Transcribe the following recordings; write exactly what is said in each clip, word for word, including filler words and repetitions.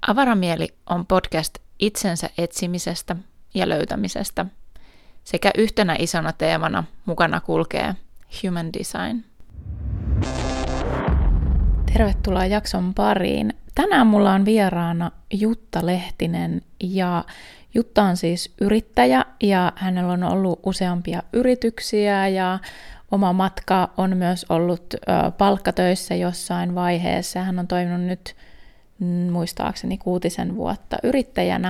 Avaramieli on podcast itsensä etsimisestä ja löytämisestä sekä yhtenä isona teemana mukana kulkee Human Design. Tervetuloa jakson pariin. Tänään mulla on vieraana Jutta Lehtinen ja Jutta on siis yrittäjä ja hänellä on ollut useampia yrityksiä ja oma matka on myös ollut palkkatöissä jossain vaiheessa. Hän on toiminut nyt muistaakseni kuutisen vuotta yrittäjänä.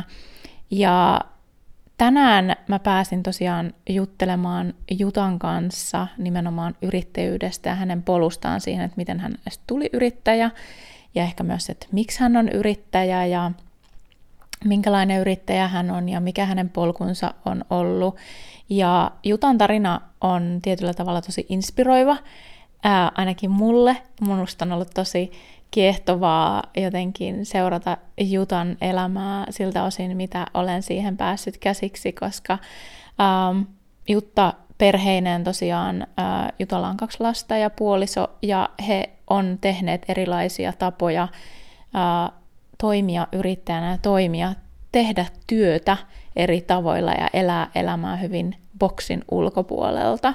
Ja tänään mä pääsin tosiaan juttelemaan Jutan kanssa nimenomaan yrittäjyydestä ja hänen polustaan siihen, että miten hän tuli yrittäjä ja ehkä myös, että miksi hän on yrittäjä ja minkälainen yrittäjä hän on ja mikä hänen polkunsa on ollut. Ja Jutan tarina on tietyllä tavalla tosi inspiroiva, ää, ainakin mulle. Minusta on ollut tosi kiehtovaa jotenkin seurata Jutan elämää siltä osin, mitä olen siihen päässyt käsiksi, koska ähm, Jutta perheineen tosiaan, äh, Jutalla on kaksi lasta ja puoliso, ja he on tehneet erilaisia tapoja äh, toimia yrittäjänä ja toimia, tehdä työtä eri tavoilla ja elää elämää hyvin boksin ulkopuolelta.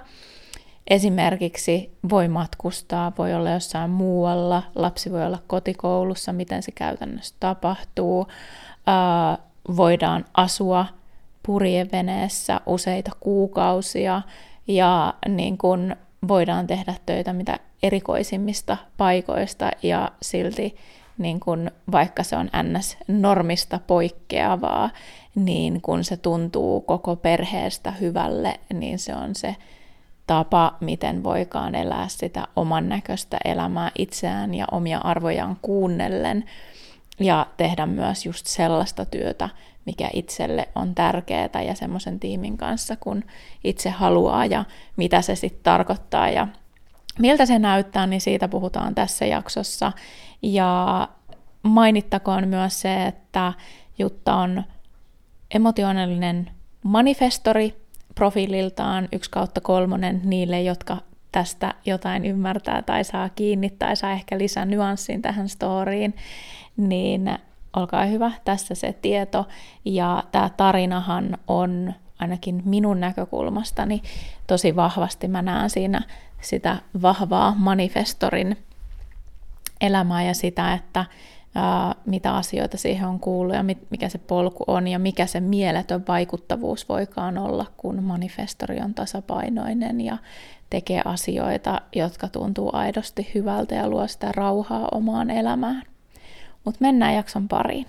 Esimerkiksi voi matkustaa, voi olla jossain muualla, lapsi voi olla kotikoulussa, miten se käytännössä tapahtuu. Ää, voidaan asua purjeveneessä useita kuukausia ja niin kun voidaan tehdä töitä mitä erikoisimmista paikoista ja silti niin kun, vaikka se on ns-normista poikkeavaa, niin kun se tuntuu koko perheestä hyvälle, niin se on se tapa, miten voikaan elää sitä oman näköistä elämää itseään ja omia arvojaan kuunnellen ja tehdä myös just sellaista työtä, mikä itselle on tärkeää ja semmoisen tiimin kanssa, kun itse haluaa ja mitä se sitten tarkoittaa ja miltä se näyttää, niin siitä puhutaan tässä jaksossa. Ja mainittakoon myös se, että Jutta on emotionaalinen manifestori, profiililtaan yksi kautta kolmonen niille, jotka tästä jotain ymmärtää tai saa kiinni tai saa ehkä lisää nyanssin tähän storyin, niin olkaa hyvä, tässä se tieto. Ja tämä tarinahan on ainakin minun näkökulmastani tosi vahvasti, mä näen siinä sitä vahvaa manifestorin elämää ja sitä, että ää, mitä asioita siihen on kuullut ja mikä se polku on ja mikä se mieletön vaikuttavuus voikaan olla, kun manifestori on tasapainoinen ja tekee asioita, jotka tuntuu aidosti hyvältä ja luo sitä rauhaa omaan elämään. Mutta mennään jakson pariin.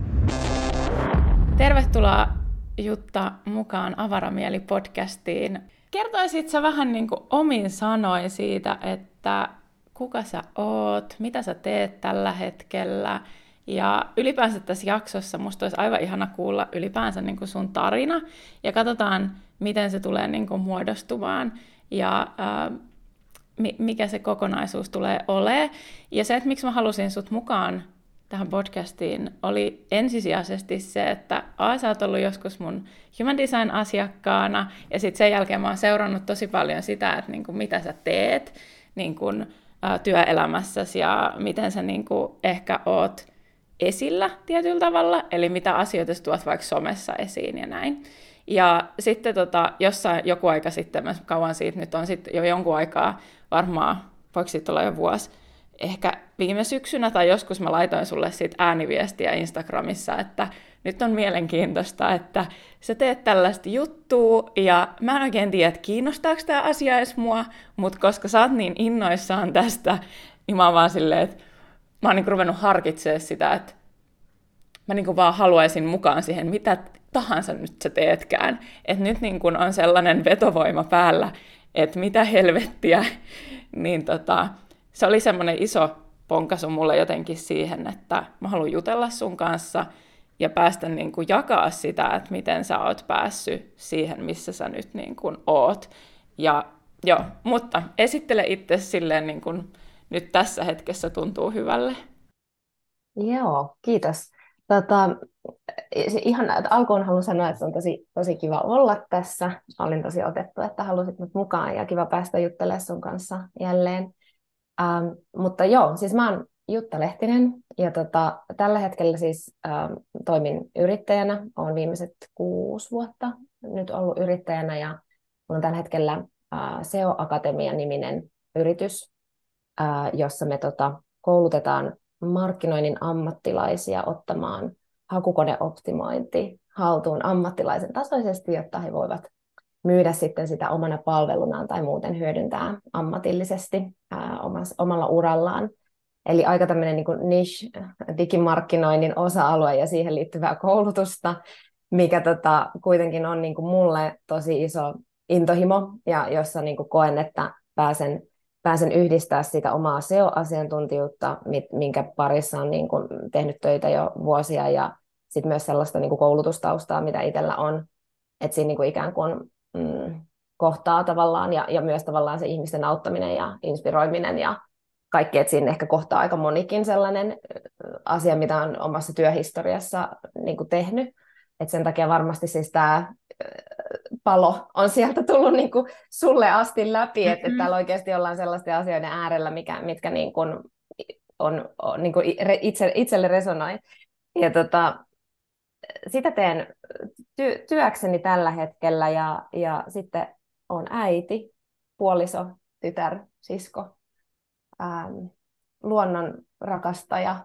Tervetuloa Jutta mukaan Avaramieli-podcastiin. Kertoisitko sä vähän niin kuin omin sanoin siitä, että kuka sä oot, mitä sä teet tällä hetkellä. Ja ylipäänsä tässä jaksossa musta olisi aivan ihana kuulla ylipäänsä niin kuin sun tarina. Ja katsotaan, miten se tulee niin kuin muodostumaan ja ää, mikä se kokonaisuus tulee olemaan. Ja se, että miksi mä halusin sut mukaan tähän podcastiin, oli ensisijaisesti se, että a, sä oot ollut joskus mun Human Design-asiakkaana. Ja sitten sen jälkeen mä oon seurannut tosi paljon sitä, että niin kuin mitä sä teet. Niin kuin työelämässäsi ja miten sä niin kuin ehkä oot esillä tietyllä tavalla, eli mitä asioita sä tuot vaikka somessa esiin ja näin. Ja sitten tota, jossain joku aika sitten, mä kauan siitä nyt on sitten jo jonkun aikaa, varmaan, voiko siitä olla jo vuosi, ehkä viime syksynä tai joskus mä laitoin sulle siitä ääniviestiä Instagramissa, että nyt on mielenkiintoista, että sä teet tällaista juttua, ja mä en oikein tiedä, että kiinnostaako tämä asia edes mua, mutta koska sä oot niin innoissaan tästä, niin mä oon vaan silleen, että mä oon niin ruvennut harkitsemaan sitä, että mä niin vaan haluaisin mukaan siihen, mitä tahansa nyt sä teetkään. Että nyt niin on sellainen vetovoima päällä, että mitä helvettiä, niin tota, se oli semmoinen iso ponkaisu mulle jotenkin siihen, että mä haluan jutella sun kanssa, ja päästä niin kuin jakaa sitä, että miten sä oot päässyt siihen, missä sä nyt niin kuin oot. Ja, joo, mutta esittele itse silleen, niin kuin nyt tässä hetkessä tuntuu hyvälle. Joo, kiitos. Tota, se ihan että alkuun haluan sanoa, että on tosi, tosi kiva olla tässä. Olin tosi otettu, että halusit mut mukaan ja kiva päästä juttelemaan sun kanssa jälleen. Ähm, mutta joo, siis mä oon Jutta Lehtinen ja tota, tällä hetkellä siis ähm, toimin yrittäjänä. Olen viimeiset kuusi vuotta nyt ollut yrittäjänä ja minulla on tällä hetkellä äh, S E O Akatemia-niminen yritys, äh, jossa me tota, koulutetaan markkinoinnin ammattilaisia ottamaan hakukoneoptimointi haltuun ammattilaisen tasoisesti, jotta he voivat myydä sitten sitä omana palvelunaan tai muuten hyödyntää ammatillisesti ää, omalla urallaan. Eli aika tämmöinen niin kuin niche digimarkkinoinnin osa-alue ja siihen liittyvää koulutusta, mikä tota, kuitenkin on niin kuin mulle tosi iso intohimo ja jossa niin kuin koen, että pääsen, pääsen yhdistää sitä omaa S E O-asiantuntijuutta, minkä parissa on niin kuin tehnyt töitä jo vuosia ja sitten myös sellaista niin kuin koulutustaustaa, mitä itsellä on, että siinä niin kuin ikään kuin mm, kohtaa tavallaan ja, ja myös tavallaan se ihmisten auttaminen ja inspiroiminen ja kaikki, että siinä ehkä kohtaa aika monikin sellainen asia, mitä on omassa työhistoriassa niin kuin tehnyt. Et sen takia varmasti siis tämä palo on sieltä tullut niin kuin sulle asti läpi, että mm-hmm. et täällä oikeasti ollaan sellaisten asioiden äärellä, mikä, mitkä niin kuin on, on niin kuin itse, itselle resonoi. Ja tota, sitä teen ty- työkseni tällä hetkellä ja, ja sitten olen äiti, puoliso, tytär, sisko, ähm, luonnon rakastaja,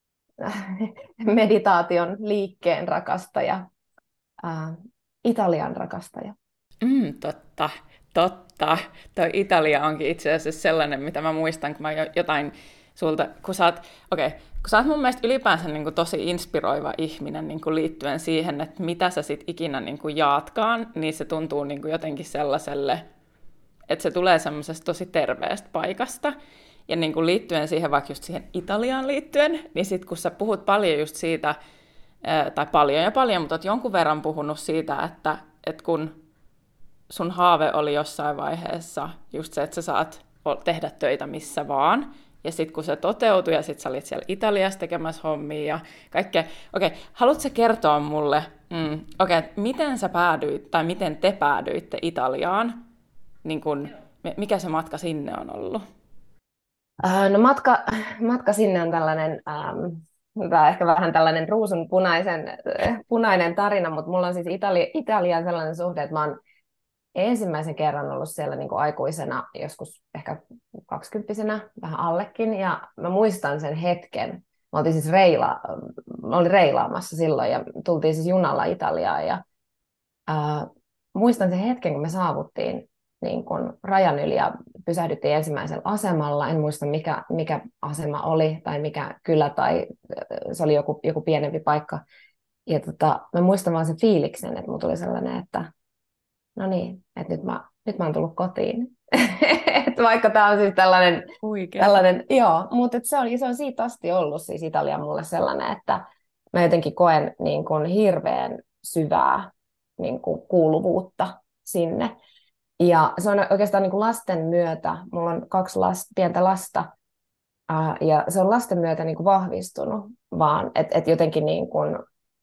meditaation liikkeen rakastaja, äh, Italian rakastaja. Mm, totta, totta. Toi Italia onkin itse asiassa sellainen, mitä mä muistan, kun mä jotain sulta, kun sä oot, okay, kun sä oot mun mielestä ylipäänsä niin kuin tosi inspiroiva ihminen niin kuin liittyen siihen, että mitä sä sit ikinä niin kuin jaatkaan, niin se tuntuu niin kuin jotenkin sellaiselle, että se tulee semmoisesta tosi terveestä paikasta. Ja niin kuin liittyen siihen, vaikka just siihen Italiaan liittyen, niin sit kun sä puhut paljon just siitä, tai paljon ja paljon, mutta oot jonkun verran puhunut siitä, että, että kun sun haave oli jossain vaiheessa just se, että sä saat tehdä töitä missä vaan, ja sitten kun se toteutui, ja sitten sä olit siellä Italiassa tekemässä hommia ja kaikkea. Okei, okay, haluatko sä kertoa mulle, mm, okei, okay, miten sä päädyit, tai miten te päädyitte Italiaan? Niin kun, mikä se matka sinne on ollut? No matka, matka sinne on tällainen, ähm, tämä ehkä vähän tällainen ruusun punaisen, punainen tarina, mutta mulla on siis Itali, Italiaan sellainen suhde, että mä oon ensimmäisen kerran ollut siellä niin kuin aikuisena, joskus ehkä kaksikymppisenä, vähän allekin, ja mä muistan sen hetken. Mä oltiin siis reila, mä olin reilaamassa silloin, ja tultiin siis junalla Italiaan, ja äh, muistan sen hetken, kun me saavuttiin niin kuin rajan yli ja pysähdyttiin ensimmäisellä asemalla. En muista, mikä, mikä asema oli tai mikä kylä tai se oli joku, joku pienempi paikka. Ja tota, mä muistan vaan sen fiiliksen, että mulla tuli sellainen, että no niin, että nyt mä, nyt mä oon tullut kotiin. Et vaikka tämä on siis tällainen, tällainen joo, mutta se on, se on siitä asti ollut siis Italia mulle sellainen, että mä jotenkin koen niin kuin hirveän syvää niin kuin kuuluvuutta sinne. Ja se on oikeastaan niin kuin lasten myötä, mulla on kaksi lasta, pientä lasta, ää, ja se on lasten myötä niin kuin vahvistunut, vaan että et jotenkin niin kuin,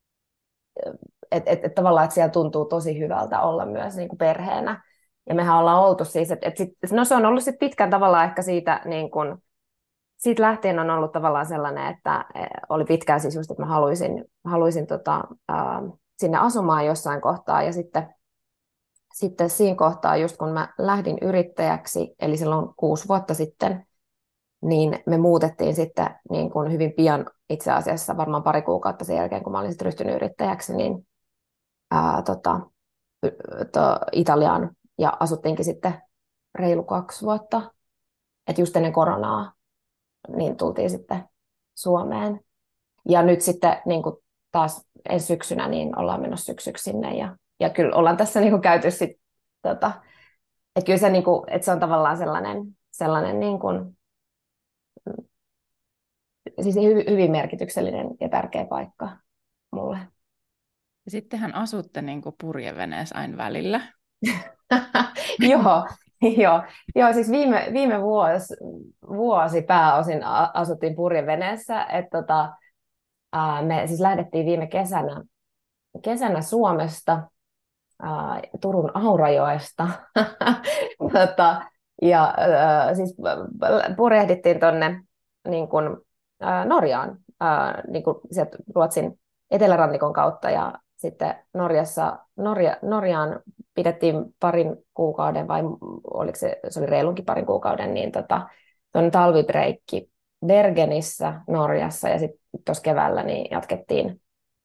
että et, et tavallaan, että siellä tuntuu tosi hyvältä olla myös niin kuin perheenä. Ja mehän ollaan oltu siis, että et sit, no se on ollut sit pitkän tavalla ehkä siitä, niin kuin, siitä lähtien on ollut tavallaan sellainen, että oli pitkään siis just, että mä haluaisin, haluaisin tota, ää, sinne asumaan jossain kohtaa, ja sitten Sitten siinä kohtaa, just kun mä lähdin yrittäjäksi, eli silloin kuusi vuotta sitten, niin me muutettiin sitten niin kuin hyvin pian, itse asiassa varmaan pari kuukautta sen jälkeen, kun mä olin sitten ryhtynyt yrittäjäksi, niin ää, tota, to, Italiaan, ja asuttiinkin sitten reilu kaksi vuotta. Että just ennen koronaa niin tultiin sitten Suomeen. Ja nyt sitten niin kuin taas ensi syksynä niin ollaan menossa syksyksi sinne, ja Ja kyllä ollaan tässä niinku käyty sit, tota, että kyllä se, niinku, että se on tavallaan sellainen, sellainen niinku, siis hy, hyvin merkityksellinen ja tärkeä paikka mulle. Ja sittenhän asutte niinku purjeveneessä aina välillä. Joo, joo, joo, siis viime, viime vuosi, vuosi pääosin asuttiin purjeveneessä, että tota, me siis lähdettiin viime kesänä, kesänä Suomesta, Ää, Turun Aurajoesta. tota, ja ää, siis purjehdittiin tuonne niin kun ää, Norjaan, ää, niin kuin sieltä Ruotsin etelärannikon kautta, ja sitten Norjassa, Norja, Norjaan pidettiin parin kuukauden, vai oliko se, se oli reilunkin parin kuukauden, niin tota, tuon talvibreikki Bergenissä Norjassa, ja sitten tuossa keväällä niin jatkettiin,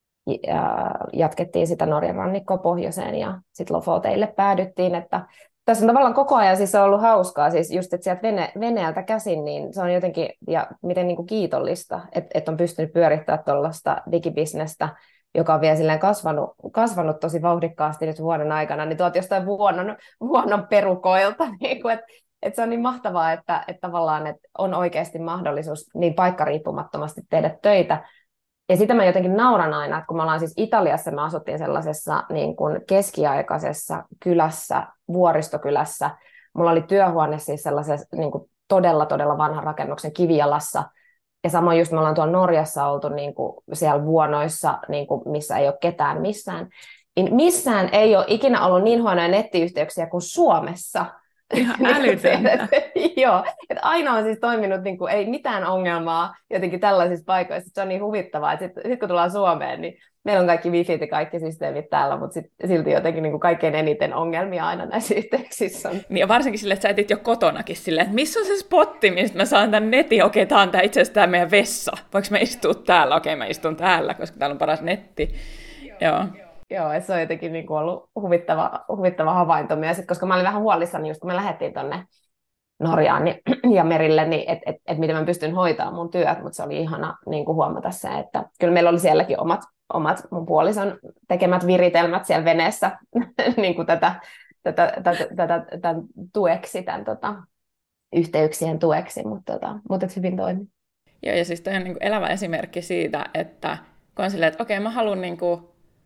ja jatkettiin sitä Norjan rannikkoa pohjoiseen, ja sitten Lofoteille päädyttiin, että tässä on tavallaan koko ajan siis on ollut hauskaa, siis just, että sieltä vene, veneeltä käsin, niin se on jotenkin, ja miten niin kuin kiitollista, että, että on pystynyt pyörittämään tuollaista digibisnestä, joka on vielä silleen kasvanut, kasvanut tosi vauhdikkaasti nyt vuoden aikana, niin tuolta jostain vuonnon, vuonnon perukoilta, niin kuin, että, että se on niin mahtavaa, että, että tavallaan että on oikeasti mahdollisuus niin paikkariippumattomasti tehdä töitä. Ja sitä mä jotenkin nauran aina, että kun me ollaan siis Italiassa, me asuttiin sellaisessa niin kuin keskiaikaisessa kylässä, vuoristokylässä. Mulla oli työhuone siis sellaisessa niin kuin todella, todella vanhan rakennuksen kivijalassa. Ja samoin just me ollaan tuolla Norjassa oltu niin kuin siellä vuonoissa, niin kuin missä ei ole ketään missään. Missään ei ole ikinä ollut niin huonoja nettiyhteyksiä kuin Suomessa. Ihan älytöntä. Joo, että aina on siis toiminut, niin kuin, ei mitään ongelmaa jotenkin tällaisissa paikoissa. Se on niin huvittavaa, että sitten sit kun tullaan Suomeen, niin meillä on kaikki wifi ja kaikki systeemit täällä, mutta sit, silti jotenkin niin kuin kaikkein eniten ongelmia aina näissä yhteyksissä on. Niin ja varsinkin silleen, että sä etit jo kotonakin silleen, että missä on se spotti, mistä mä saan tämän netin, okei, tää on tää itse asiassa tää meidän vessa. Voinko mä istua täällä? Okei, mä istun täällä, koska täällä on paras netti. Joo. Joo. Joo, että se on jotenkin niin kuin ollut huvittava, huvittava havainto myös, koska mä olin vähän huolissani, just kun me lähdettiin tuonne Norjaan niin, ja merille, niin että et, et miten mä pystyn hoitamaan mun työt, mutta se oli ihana niin kuin huomata se, että kyllä meillä oli sielläkin omat, omat mun puolison tekemät viritelmät siellä veneessä niin kuin tätä, tätä, tätä, tätä, tämän tueksi, tämän tota, yhteyksien tueksi, mutta, tota, mutta hyvin toimi. Joo, ja siis toi on niin kuin elävä esimerkki siitä, että kun on silleen, että okei, mä haluan niin kuin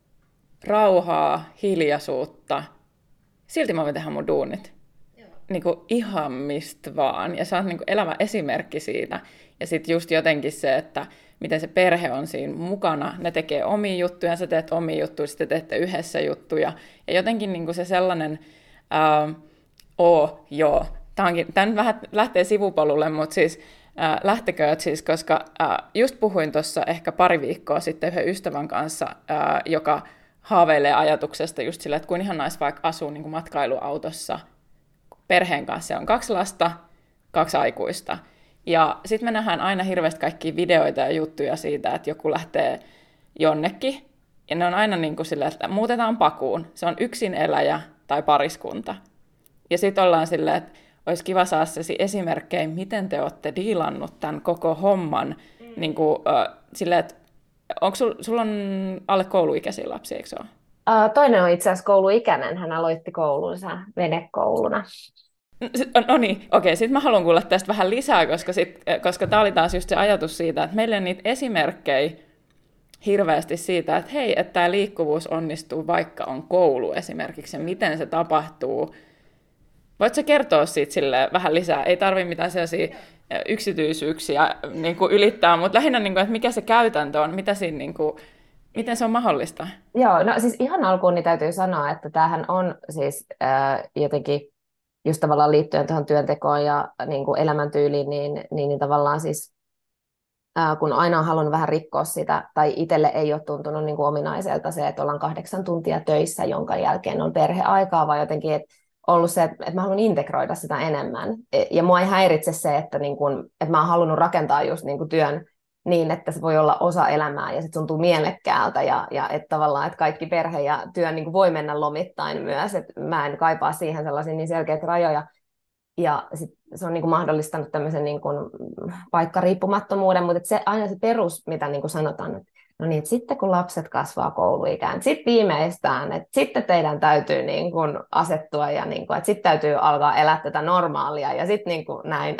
rauhaa, hiljaisuutta, silti mä voin tehdä mun duunit. Niin kuin ihan mistä vaan. Ja sä oot niin kuin elävä esimerkki siitä. Ja sitten just jotenkin se, että miten se perhe on siinä mukana. Ne tekee omia juttuja, sä teet omia juttuja, sitten teette yhdessä juttuja. Ja jotenkin niin kuin se sellainen, äh, oo, joo, tämä vähän lähtee sivupolulle, mutta siis äh, lähtekööt siis, koska äh, just puhuin tuossa ehkä pari viikkoa sitten yhden ystävän kanssa, äh, joka haaveilee ajatuksesta just sillä, että kuin ihan nais vaikka asuu niin kuin matkailuautossa perheen kanssa. Se on kaksi lasta, kaksi aikuista. Ja sitten me nähdään aina hirveästi kaikkia videoita ja juttuja siitä, että joku lähtee jonnekin. Ja ne on aina niin kuin sillä, että muutetaan pakuun. Se on yksin eläjä tai pariskunta. Ja sitten ollaan silleen, että olisi kiva saada esimerkkejä, miten te olette diilannut tämän koko homman. Mm. Niin kuin, äh, silleen, että onko sul, sulla on alle kouluikäisiä lapsia, eikö se ole? Uh, toinen on itse asiassa kouluikäinen. Hän aloitti koulunsa venekouluna. No, no niin, okei. Sitten mä haluan kuulla tästä vähän lisää, koska, sit, koska tämä oli taas just se ajatus siitä, että meillä on niitä esimerkkejä hirveästi siitä, että hei, että tämä liikkuvuus onnistuu, vaikka on koulu esimerkiksi, ja miten se tapahtuu. Voitko sä kertoa siitä sille vähän lisää? Ei tarvitse mitään sellaisia yksityisyyksiä niin kuin ylittää, mutta lähinnä, niin kuin, että mikä se käytäntö on, mitä siinä, niin kuin, miten se on mahdollista? Joo, no siis ihan alkuun niin täytyy sanoa, että tämähän on siis äh, jotenkin just tavallaan liittyen tuohon työntekoon ja niin kuin elämäntyyliin, niin, niin, niin tavallaan siis äh, kun aina on halunnut vähän rikkoa sitä, tai itselle ei ole tuntunut niin kuin ominaiselta se, että ollaan kahdeksan tuntia töissä, jonka jälkeen on perheaikaa, vaan jotenkin, että ollut se, että mä haluan integroida sitä enemmän. Ja mua ei häiritse se, että, niin kun, että mä oon halunnut rakentaa just niin kun työn niin, että se voi olla osa elämää ja se tuntuu mielekkäältä ja, ja että tavallaan, että kaikki perhe ja työ niin kun voi mennä lomittain myös. Että mä en kaipaa siihen sellaisia niin selkeitä rajoja. Ja sit se on niin kun mahdollistanut tämmöisen niin kun paikkariippumattomuuden, mutta se, aina se perus, mitä niin kun sanotaan, että no niin, että sitten kun lapset kasvaa kouluikään, sitten viimeistään, että sitten teidän täytyy niin kuin asettua ja niin kuin, että sitten täytyy alkaa elää tätä normaalia ja sitten niin kuin näin.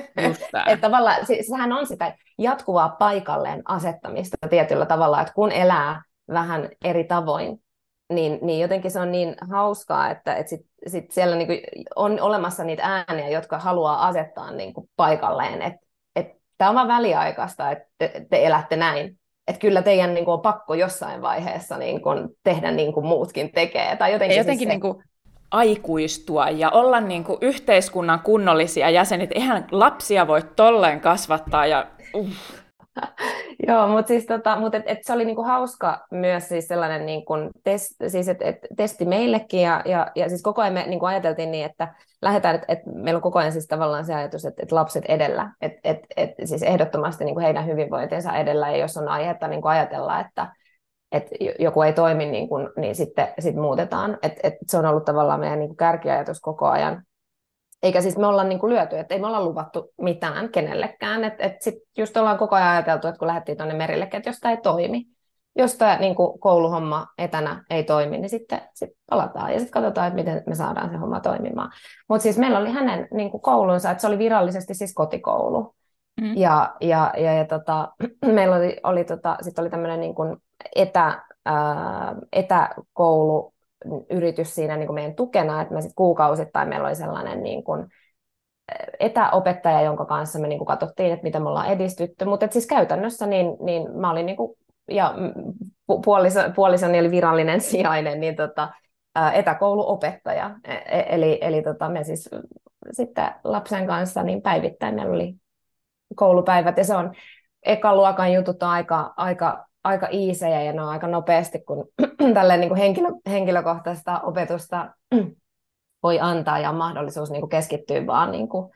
Että tavallaan sehän on sitä jatkuvaa paikalleen asettamista tietyllä tavalla, että kun elää vähän eri tavoin, niin, niin jotenkin se on niin hauskaa, että, että sit, sit siellä niin kuin on olemassa niitä ääniä, jotka haluaa asettaa niin kuin paikalleen, että, että tämä on vaan väliaikaista, että te, te elätte näin. Että kyllä teidän niin kuin, on pakko jossain vaiheessa niin kuin, tehdä niin kuin muutkin tekee. Tai jotenkin, ja jotenkin siis niin kuin aikuistua ja olla niin kuin yhteiskunnan kunnollisia jäseniä. Eihän lapsia voi tolleen kasvattaa. Ja, uh. Joo, mutta siis tota, mut et, et se oli niinku hauska myös siis sellainen niinku test, siis et, et, testi meillekin ja, ja, ja siis koko ajan me niinku ajateltiin niin, että lähdetään, että et meillä on koko ajan siis tavallaan se ajatus, että et lapset edellä, että et, et, siis ehdottomasti niinku heidän hyvinvointinsa edellä ja jos on aihetta niinku ajatella, että et joku ei toimi niin, kuin, niin sitten sit muutetaan, että et se on ollut tavallaan meidän niinku kärkiajatus koko ajan. Eikä siis me olla niin kuin lyöty, että ei me olla luvattu mitään kenellekään. Että et sitten just ollaan koko ajan ajateltu, että kun lähdettiin tuonne merillekin, että jos tämä ei toimi, jos tämä niin kuin kouluhomma etänä ei toimi, niin sitten sit palataan ja sitten katsotaan, että miten me saadaan se homma toimimaan. Mutta siis meillä oli hänen niin kuin koulunsa, että se oli virallisesti siis kotikoulu. Mm. Ja, ja, ja, ja tota, meillä oli, oli, tota, sit oli tämmöinen niin kuin etä, ää, etäkoulu, yritys siinä niin kuin meidän tukena, että me sitten kuukausittain meillä oli sellainen niin kuin etäopettaja, jonka kanssa me niin kuin katsottiin, että miten me ollaan edistytty, mutta siis käytännössä niin, niin mä olin niin kuin, ja puoliso, puolisoni oli virallinen sijainen, niin tota, etäkouluopettaja, e, e, eli, eli tota, me siis sitten lapsen kanssa niin päivittäin meillä oli koulupäivät, ja se on ekaluokan jutut on aika, aika aika iisejä ja ne on aika nopeasti, kun tälleen niin kuin henkilö, henkilökohtaista opetusta voi antaa ja on mahdollisuus niin kuin keskittyä vaan niin kuin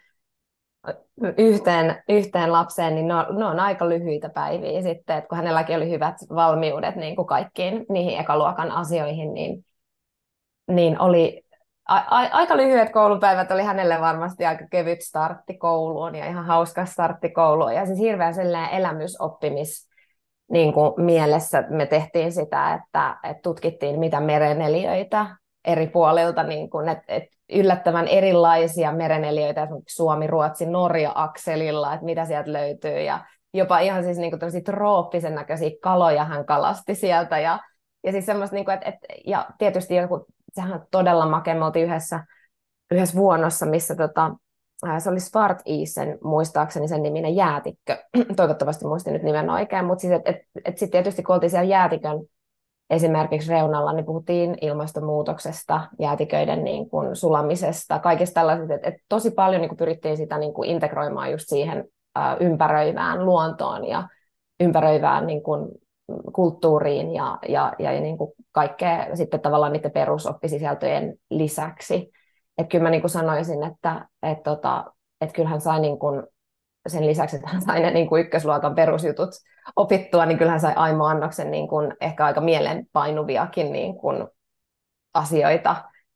yhteen, yhteen lapseen, niin ne on, ne on aika lyhyitä päiviä sitten, että kun hänelläkin oli hyvät valmiudet niin kuin kaikkiin niihin ekaluokan asioihin, niin, niin oli a, a, aika lyhyet koulupäivät oli hänelle varmasti aika kevyt startti kouluun ja ihan hauska startti kouluun ja siis hirveän sellainen elämysoppimis niin kuin mielessä me tehtiin sitä, että, että tutkittiin mitä mereneliöitä eri puolilta, niin kuin, että, että yllättävän erilaisia mereneliöitä, esimerkiksi Suomi, Ruotsi, Norja akselilla, että mitä sieltä löytyy, ja jopa ihan siis niin kuin tämmöisiä trooppisen näköisiä kaloja hän kalasti sieltä, ja, ja siis semmoista, niin kuin, että, että, ja tietysti joku, sehän on todella makea, me oltiin yhdessä, yhdessä vuonossa, missä tota, se oli Svartisen, muistaakseni sen niminen jäätikkö. Toivottavasti muistin nyt nimen oikein, mutta siis, et, et, et sitten tietysti kun oltiin siellä jäätikön esimerkiksi reunalla, niin puhuttiin ilmastonmuutoksesta, jäätiköiden niin kuin sulamisesta, kaikista tällaisista, että et tosi paljon niin kuin pyrittiin sitä niin kuin integroimaan just siihen ä, ympäröivään luontoon ja ympäröivään niin kuin kulttuuriin ja, ja, ja, ja niin kuin kaikkea sitten tavallaan niiden perusoppisisältöjen lisäksi. Että kyllä mä niin kuin sanoisin, että et tota, et kyllähän sai niin kuin sen lisäksi, että hän sai ne niin kuin ykkösluokan perusjutut opittua, niin kyllähän sai Aimo Annoksen niin kuin ehkä aika mielenpainuviakin niin kuin asioita.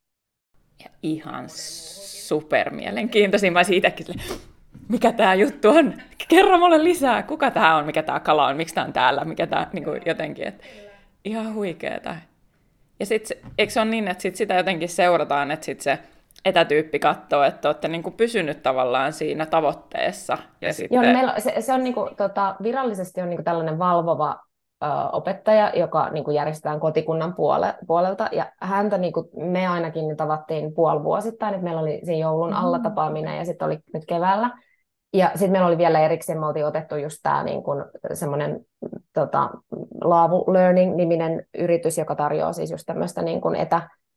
Ja ihan supermielenkiintoisia. Mä siitäkin, mikä tämä juttu on? Kerro mulle lisää. Kuka tämä on? Mikä tämä kala on? Miksi tämä on täällä? Mikä tämä niin kuin jotenkin? Et, ihan huikeeta. Ja sitten, eikö se ole niin, että sit sitä jotenkin seurataan, että sit se etätyyppi katsoo, että olette niin kuin pysynyt tavallaan siinä tavoitteessa. Ja sitten... Joo, meillä, se, se on niin kuin, tota, virallisesti on niin kuin tällainen valvova ö, opettaja, joka niin kuin järjestetään kotikunnan puole, puolelta. Ja häntä niin kuin, me ainakin niin tavattiin puolivuosittain, että meillä oli siinä joulun alla tapaaminen ja sitten oli nyt keväällä. Ja sitten meillä oli vielä erikseen, me oltiin otettu just tämä niin kuin semmoinen tota, Laavu Learning-niminen yritys, joka tarjoaa siis just tämmöistä niin kuin etä,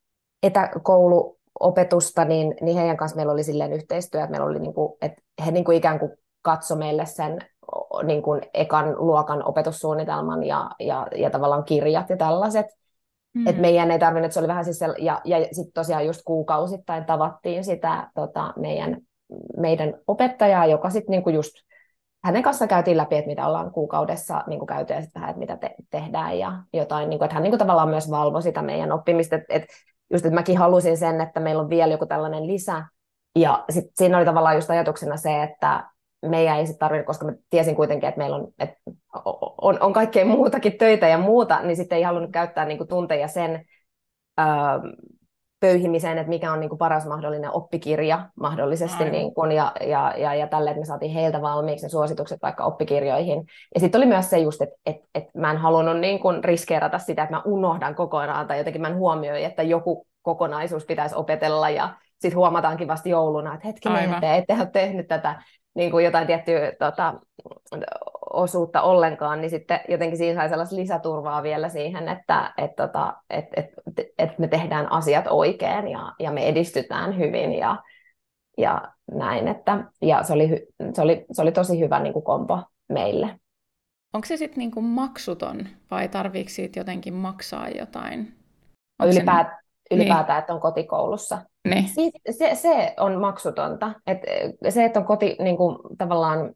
etäkouluopetusta, niin, niin heidän kanssa meillä oli silleen yhteistyö, että meillä oli niin kuin, että he niin kuin ikään kuin katsoi meille sen niin kuin ekan luokan opetussuunnitelman ja, ja, ja tavallaan kirjat ja tällaiset. Mm. Että meidän ei tarvinnut, että se oli vähän siis, ja, ja sitten tosiaan just kuukausittain tavattiin sitä tota, meidän meidän opettajaa, joka sitten niinku just, hänen kanssa käytiin läpi, että mitä ollaan kuukaudessa niinku käyty ja sitten vähän, että mitä te- tehdään ja jotain, niinku, että hän niinku tavallaan myös valvoi sitä meidän oppimista, että et, just, että mäkin halusin sen, että meillä on vielä joku tällainen lisä, ja sitten siinä oli tavallaan just ajatuksena se, että meidän ei sitten tarvinnut, koska mä tiesin kuitenkin, että meillä on, että on, on kaikkea muutakin töitä ja muuta, niin sitten ei halunnut käyttää niinku tunteja sen öö, pöyhimiseen, että mikä on niin kuin paras mahdollinen oppikirja mahdollisesti niin kuin, ja, ja, ja, ja tälle, että me saatiin heiltä valmiiksi ne suositukset vaikka oppikirjoihin. Ja sitten oli myös se just, että et, et mä en halunnut niin kuin riskeerata sitä, että mä unohdan kokonaan tai jotenkin mä en huomioi, että joku kokonaisuus pitäisi opetella ja sitten huomataankin vasta jouluna, että hetkinen, ette, ette ole tehnyt tätä niin kuin jotain tiettyä tota, osuutta ollenkaan, niin sitten jotenkin siinä sai sellaista lisäturvaa vielä siihen, että et, tota, et, et, et me tehdään asiat oikein ja, ja me edistytään hyvin ja, ja näin. Että, ja se oli, se, oli, se oli tosi hyvä niin kuin kompo meille. onko se sitten niinku maksuton vai tarviiko siitä jotenkin maksaa jotain? Onko se Ylipäät, niin, ylipäätään, että on kotikoulussa. niin, Siis se, se on maksutonta. Et se, että on koti niin kuin, tavallaan,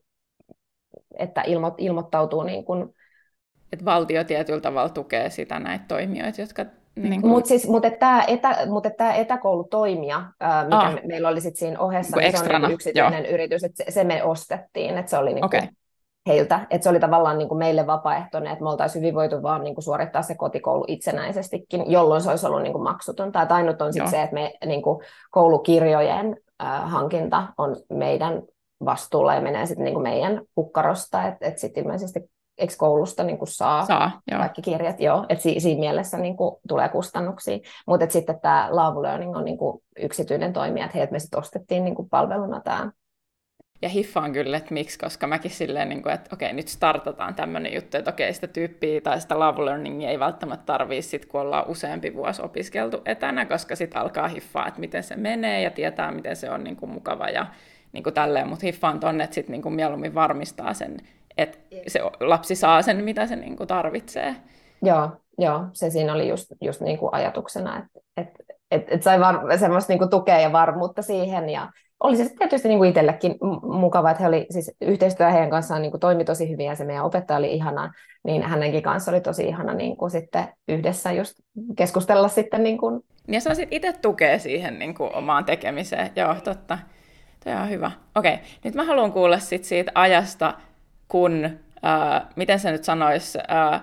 että ilmo, ilmoittautuu niin kuin, että valtio tietyllä tavalla tukee sitä näitä toimijoita, jotka niin kuin, mutta siis, mut tämä etä, mut tämä etäkoulutoimija, ää, mikä ah, me, meillä oli sit siinä ohessa, niinku niin se on niinku ekstrana, joo, yksityinen yritys, että se, se me ostettiin, että se oli okei, niinku okay. heiltä, että se oli tavallaan niinku meille vapaaehtoinen, että me oltaisiin hyvin voitu vaan niinku suorittaa se kotikoulu itsenäisestikin, jolloin se olisi ollut niinku maksutonta. Et ainut on sitten se, että me niinku koulukirjojen ää, hankinta on meidän vastuulla ja menee sitten niinku meidän kukkarosta, että et sitten ilmeisesti eikö koulusta niin kuin saa, Saa, joo. kaikki kirjat, joo, että si- siinä mielessä niin kuin tulee kustannuksia, mutta sitten tämä Love Learning on niin kuin yksityinen toimija, että heiltä me sitten ostettiin niin kuin palveluna tämä. Ja hiffaan kyllä, että miksi, koska mäkin silleen, niin kuin, että okei, nyt startataan tämmöinen juttu, että okei, sitä tyyppiä tai sitä Love Learningia ei välttämättä tarvitse sit, kun ollaan useampi vuosi opiskeltu etänä, koska sitten alkaa hiffaa, että miten se menee ja tietää, miten se on niin kuin mukava ja niin kuin tälleen, mutta hiffaan tonne, että sitten niin kuin mieluummin varmistaa sen, että se lapsi saa sen, mitä se niin kuin tarvitsee. Joo, joo, se siinä oli just, just niin kuin ajatuksena, että et, et, et sai var- semmoista niin kuin tukea ja varmuutta siihen, ja oli se tietysti niin kuin itsellekin mukava, että he oli, siis yhteistyö heidän kanssaan niin kuin toimi tosi hyvin, ja se meidän opettaja oli ihana, niin hänenkin kanssa oli tosi ihana niin kuin sitten yhdessä just keskustella sitten. Niin kuin... Ja sä sit itse tukea siihen niin kuin omaan tekemiseen, joo, totta. Tämä on hyvä. Okei, nyt mä haluan kuulla sit siitä ajasta, kun, äh, miten se nyt sanoisi, äh,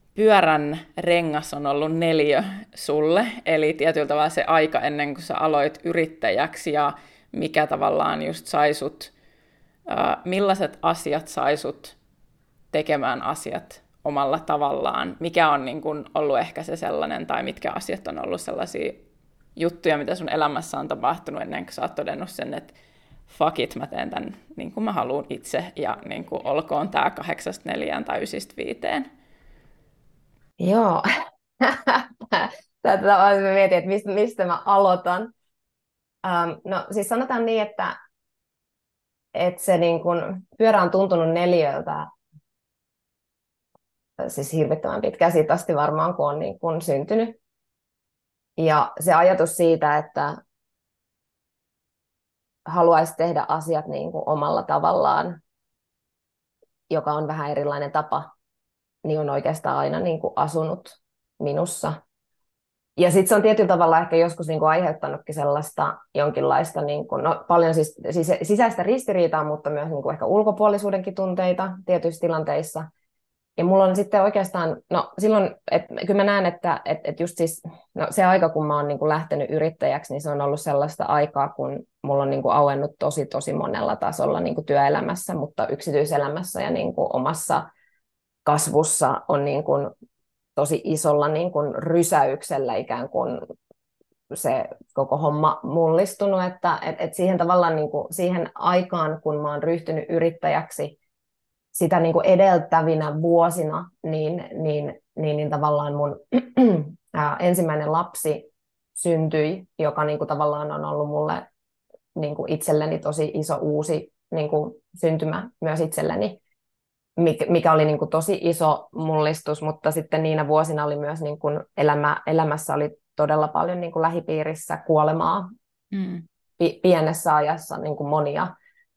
pyörän rengas on ollut neliö sulle, eli tietyllä tavalla se aika ennen kuin sä aloit yrittäjäksi ja mikä tavallaan just saisut, äh, millaiset asiat saisut tekemään asiat omalla tavallaan, mikä on niin kun ollut ehkä se sellainen, tai mitkä asiat on ollut sellaisia juttuja, mitä sun elämässä on tapahtunut ennen kuin sä oot todennut sen, että fuck it, mä teen tämän niin kuin mä haluan itse, ja niin kuin olkoon tää kahdeksasta neljään tai ysistä viiteen. Joo. Tätä mä mietin, että mistä, mistä mä aloitan. Um, no siis sanotaan niin, että, että se niin kun, pyörä on tuntunut neliöltä siis hirvittävän pitkään siitä asti varmaan, kun on niin kun syntynyt. Ja se ajatus siitä, että haluaisi tehdä asiat niin kuin omalla tavallaan, joka on vähän erilainen tapa, niin on oikeastaan aina niin kuin asunut minussa. Ja sitten se on tietyllä tavalla ehkä joskus niin kuin aiheuttanutkin sellaista jonkinlaista, niin kuin, no, paljon siis, siis sisäistä ristiriitaa, mutta myös niin kuin ehkä ulkopuolisuudenkin tunteita tietyissä tilanteissa. Ja mulla on sitten oikeastaan, no silloin, että kyllä mä näen, että et, et just siis, no se aika, kun mä oon niin kuin lähtenyt yrittäjäksi, niin se on ollut sellaista aikaa, kun mulla on niin kuin auennut tosi, tosi monella tasolla niin kuin työelämässä, mutta yksityiselämässä ja niin kuin omassa kasvussa on niin kuin tosi isolla niin kuin rysäyksellä ikään kuin se koko homma mullistunut, että et, et siihen tavallaan niin kuin, siihen aikaan, kun mä oon ryhtynyt yrittäjäksi, sitä niin kuin edeltävinä vuosina, niin, niin, niin, niin tavallaan mun ää, ensimmäinen lapsi syntyi, joka niin kuin tavallaan on ollut mulle niin kuin itselleni tosi iso uusi niin kuin syntymä myös itselleni, mikä oli niin kuin tosi iso mullistus, mutta sitten niinä vuosina oli myös niin kuin elämä, elämässä oli todella paljon niin kuin lähipiirissä kuolemaa mm. pi- pienessä ajassa niin kuin monia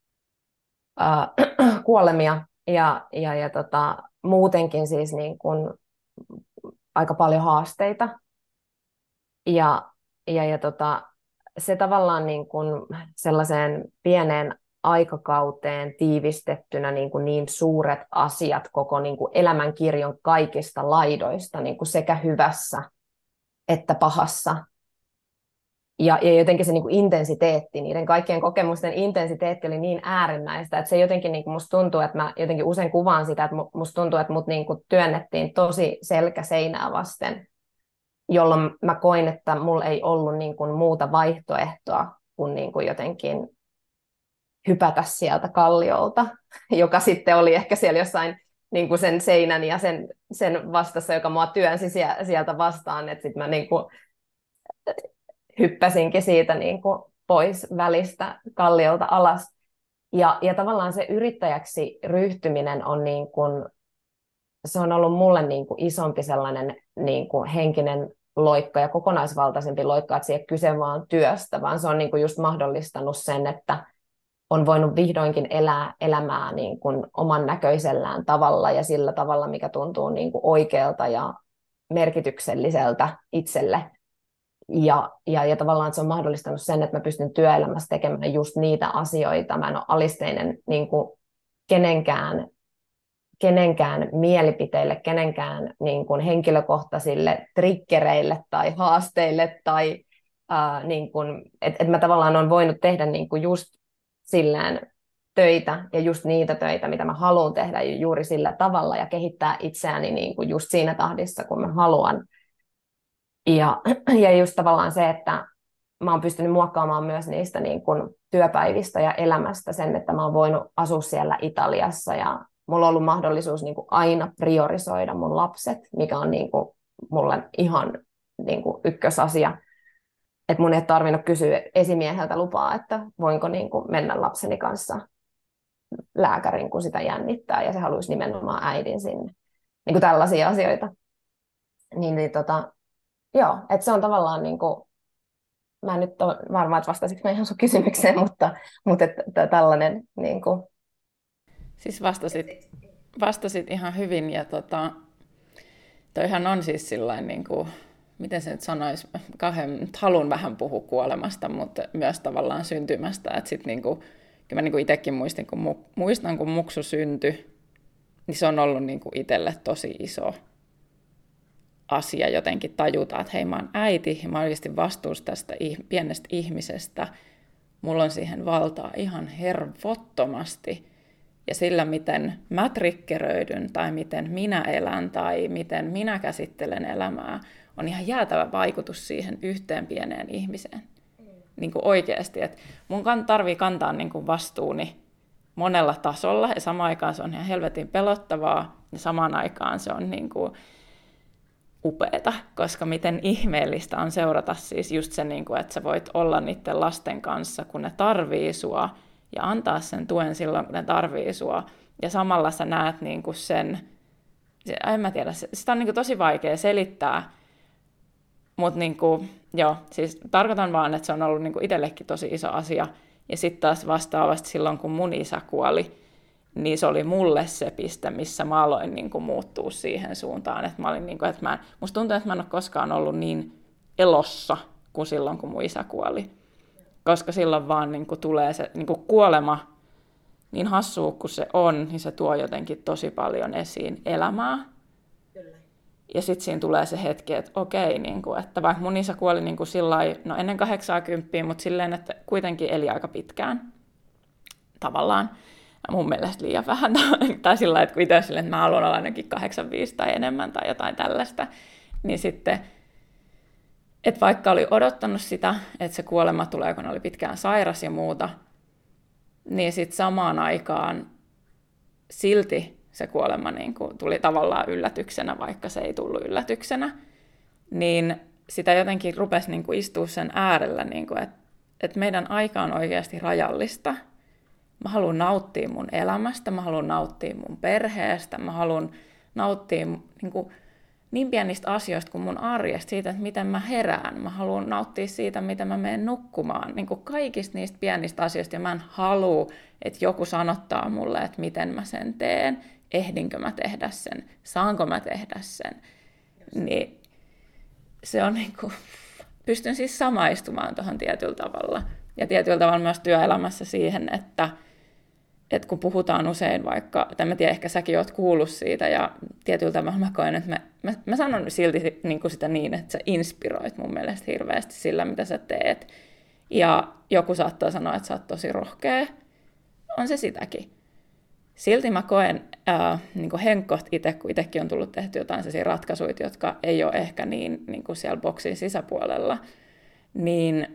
ää, kuolemia. Ja, ja, ja tota, muutenkin siis niin kun aika paljon haasteita. Ja, ja, ja tota, se tavallaan niin kun sellaiseen pieneen aikakauteen tiivistettynä niin, kun niin suuret asiat koko niin kun elämänkirjon kaikista laidoista, niin kun sekä hyvässä että pahassa. Ja, ja jotenkin se niin kuin intensiteetti, niiden kaikkien kokemusten intensiteetti oli niin äärimmäistä, että se jotenkin niin kuin musta tuntuu, että mä jotenkin usein kuvaan sitä, että musta tuntuu, että mut niin kuin työnnettiin tosi selkä seinää vasten, jolloin mä koin, että mulla ei ollut niin kuin muuta vaihtoehtoa kuin, niin kuin jotenkin hypätä sieltä kalliolta, joka sitten oli ehkä siellä jossain niin kuin sen seinän ja sen, sen vastassa, joka mua työnsi sieltä vastaan, että sitten mä niin kuin hyppäsinkin siitä niin kuin pois välistä kalliolta alas. Ja, ja tavallaan se yrittäjäksi ryhtyminen on niin kuin se on ollut mulle niin kuin isompi sellainen niin kuin henkinen loikka ja kokonaisvaltaisempi loikka, että se ei ole kyse vaan työstä, vaan se on niin kuin just mahdollistanut sen, että on voinut vihdoinkin elää elämää niin kuin oman näköisellään tavalla ja sillä tavalla, mikä tuntuu niin kuin oikealta ja merkitykselliseltä itselle. Ja, ja, ja tavallaan se on mahdollistanut sen, että mä pystyn työelämässä tekemään just niitä asioita. Mä en ole alisteinen niin kuin kenenkään, kenenkään mielipiteille, kenenkään niin kuin henkilökohtaisille triggereille tai haasteille. Tai, äh, niin kuin, että et mä tavallaan olen voinut tehdä niin kuin just sillään töitä ja just niitä töitä, mitä mä haluan tehdä juuri sillä tavalla ja kehittää itseäni niin kuin just siinä tahdissa, kun mä haluan. Ja, ja just tavallaan se, että mä oon pystynyt muokkaamaan myös niistä niin kuin työpäivistä ja elämästä sen, että mä oon voinut asua siellä Italiassa ja mulla on ollut mahdollisuus niin kuin aina priorisoida mun lapset, mikä on niin kuin mulle ihan niin kuin ykkösasia. Että mun ei tarvinnut kysyä esimieheltä lupaa, että voinko niin kuin mennä lapseni kanssa lääkärin, kun sitä jännittää ja se haluaisi nimenomaan äidin sinne. Niin kuin tällaisia asioita. Niin, niin tota, joo, että se on tavallaan niin kuin, mä en nyt ole varma, että vastasinko mä ihan sun kysymykseen, mutta, mutta että tällainen niin kuin. Siis vastasit, vastasit ihan hyvin ja tota, toihan on siis sillain niin kuin, miten se nyt sanoisi, kauhean, haluan vähän puhua kuolemasta, mutta myös tavallaan syntymästä, että sit niin kuin, kyllä mä niin kuin itsekin muistin, kun, muistan, kun muksu syntyi, niin se on ollut niin kuin itselle tosi iso asia jotenkin tajuta, että hei, mä oon äiti ja mä oon oikeasti vastuussa tästä pienestä ihmisestä. Mulla on siihen valtaa ihan hervottomasti. Ja sillä, miten mä triggeröidyn tai miten minä elän tai miten minä käsittelen elämää, on ihan jäätävä vaikutus siihen yhteen pieneen ihmiseen. Mm. Niin kuin oikeasti. Että mun tarvii kantaa niin kuin vastuuni monella tasolla ja samaan aikaan se on ihan helvetin pelottavaa ja samaan aikaan se on niin kuin upeeta, koska miten ihmeellistä on seurata siis just se, että sä voit olla niiden lasten kanssa, kun ne tarvii sua, ja antaa sen tuen silloin, kun ne tarvii sua, ja samalla sä näet niin kuin sen, en mä tiedä, sitä on niin kuin tosi vaikea selittää, mutta niin kuin, joo, siis tarkoitan vaan, että se on ollut niin kuin itsellekin tosi iso asia, ja sitten taas vastaavasti silloin, kun mun isä kuoli, niin se oli mulle se piste, missä mä aloin niin kuin muuttua siihen suuntaan, että mä olin niin kuin, että mä, musta tuntuu, että mä en ole koskaan ollut niin elossa kuin silloin, kun mun isä kuoli. Koska silloin vaan niin kuin tulee se niin kuin kuolema, niin hassua kuin se on, niin se tuo jotenkin tosi paljon esiin elämää. Kyllä. Ja sitten siinä tulee se hetki, että okei, niin kuin, että vaikka mun isä kuoli niin kuin sillai, no ennen kahdeksankymmentä, mutta silleen, että kuitenkin eli aika pitkään tavallaan. Mun mielestä liian vähän, tai sillä lailla, että kun itse silleen, että mä haluan olla ainakin kahdeksankymmentäviisi tai enemmän tai jotain tällaista, niin sitten, että vaikka oli odottanut sitä, että se kuolema tulee, kun oli pitkään sairas ja muuta, niin sitten samaan aikaan silti se kuolema niin kuin tuli tavallaan yllätyksenä, vaikka se ei tullut yllätyksenä, niin sitä jotenkin rupesi niin kuin istua sen äärellä, niin kuin, että, että meidän aika on oikeasti rajallista. Mä haluan nauttia mun elämästä, mä haluan nauttia mun perheestä, mä haluan nauttia niin, kuin, niin pienistä asioista kuin mun arjesta, siitä, että miten mä herään. Mä haluan nauttia siitä, miten mä menen nukkumaan, niin kuin kaikista niistä pienistä asioista, ja mä en halua, että joku sanottaa mulle, että miten mä sen teen, ehdinkö mä tehdä sen, saanko mä tehdä sen. Niin se on niin kuin, pystyn siis samaistumaan tuohon tietyllä tavalla. Ja tietyllä tavalla myös työelämässä siihen, että että kun puhutaan usein vaikka, tai mä tiedän, ehkä säkin oot kuullut siitä, ja tietyllä tavalla mä koen, että mä, mä, mä sanon silti niin kuin sitä niin, että sä inspiroit mun mielestä hirveästi sillä, mitä sä teet. Ja joku saattaa sanoa, että sä oot tosi rohkea. On se sitäkin. Silti mä koen ää, niin kuin henkkoht itse, kun itsekin on tullut tehty jotain sellaisia ratkaisuja, jotka ei ole ehkä niin, niin kuin siellä boksin sisäpuolella, niin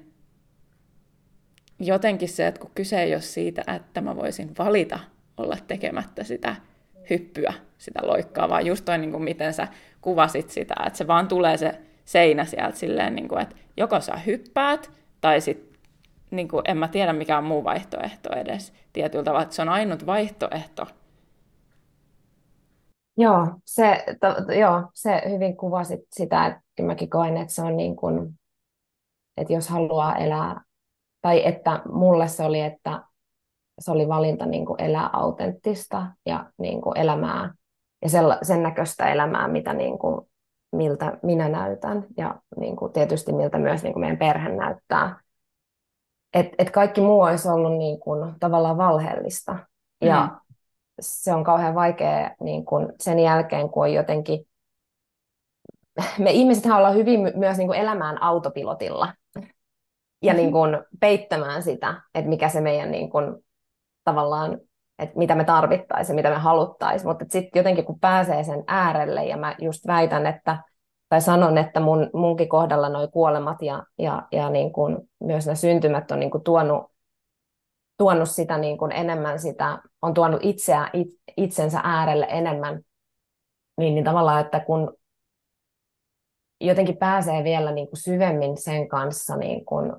jotenkin se, että kun kyse ei ole siitä, että mä voisin valita olla tekemättä sitä hyppyä, sitä loikkaa, vaan just toi, niin kuin miten sä kuvasit sitä, että se vaan tulee se seinä sieltä silleen, niin kuin, että joko sä hyppäät, tai sitten niin kuin, en mä tiedä mikä on muu vaihtoehto edes tietyllä tavalla, että se on ainut vaihtoehto. Joo, se, to, joo, se hyvin kuvasi sitä, että mäkin koen, että se on niin kuin, että jos haluaa elää, tai että mulle se oli, että se oli valinta niin kuin elää autenttista ja niin kuin elämää ja sella, sen näköistä elämää, mitä niin kuin, miltä minä näytän ja niin kuin tietysti miltä myös niin kuin meidän perhe näyttää. Et, et kaikki muu olisi ollut niin kuin, tavallaan valheellista Mm. ja se on kauhean vaikea niin kuin sen jälkeen, kun on jotenkin, me ihmisethän ollaan hyvin my- myös niin kuin elämään autopilotilla ja niin kuin peittämään sitä, että mikä se meidän niin kuin, tavallaan, että mitä me tarvittaisiin ja mitä me haluttaisiin, mutta sitten jotenkin kun pääsee sen äärelle ja mä just väitän, että tai sanon, että mun, munkin kohdalla noi kuolemat ja, ja, ja niin kuin myös nämä syntymät on niin kuin tuonut, tuonut sitä niin kuin enemmän sitä, on tuonut itseä, it, itsensä äärelle enemmän, niin, niin tavallaan, että kun jotenkin pääsee vielä niin kuin syvemmin sen kanssa niin kuin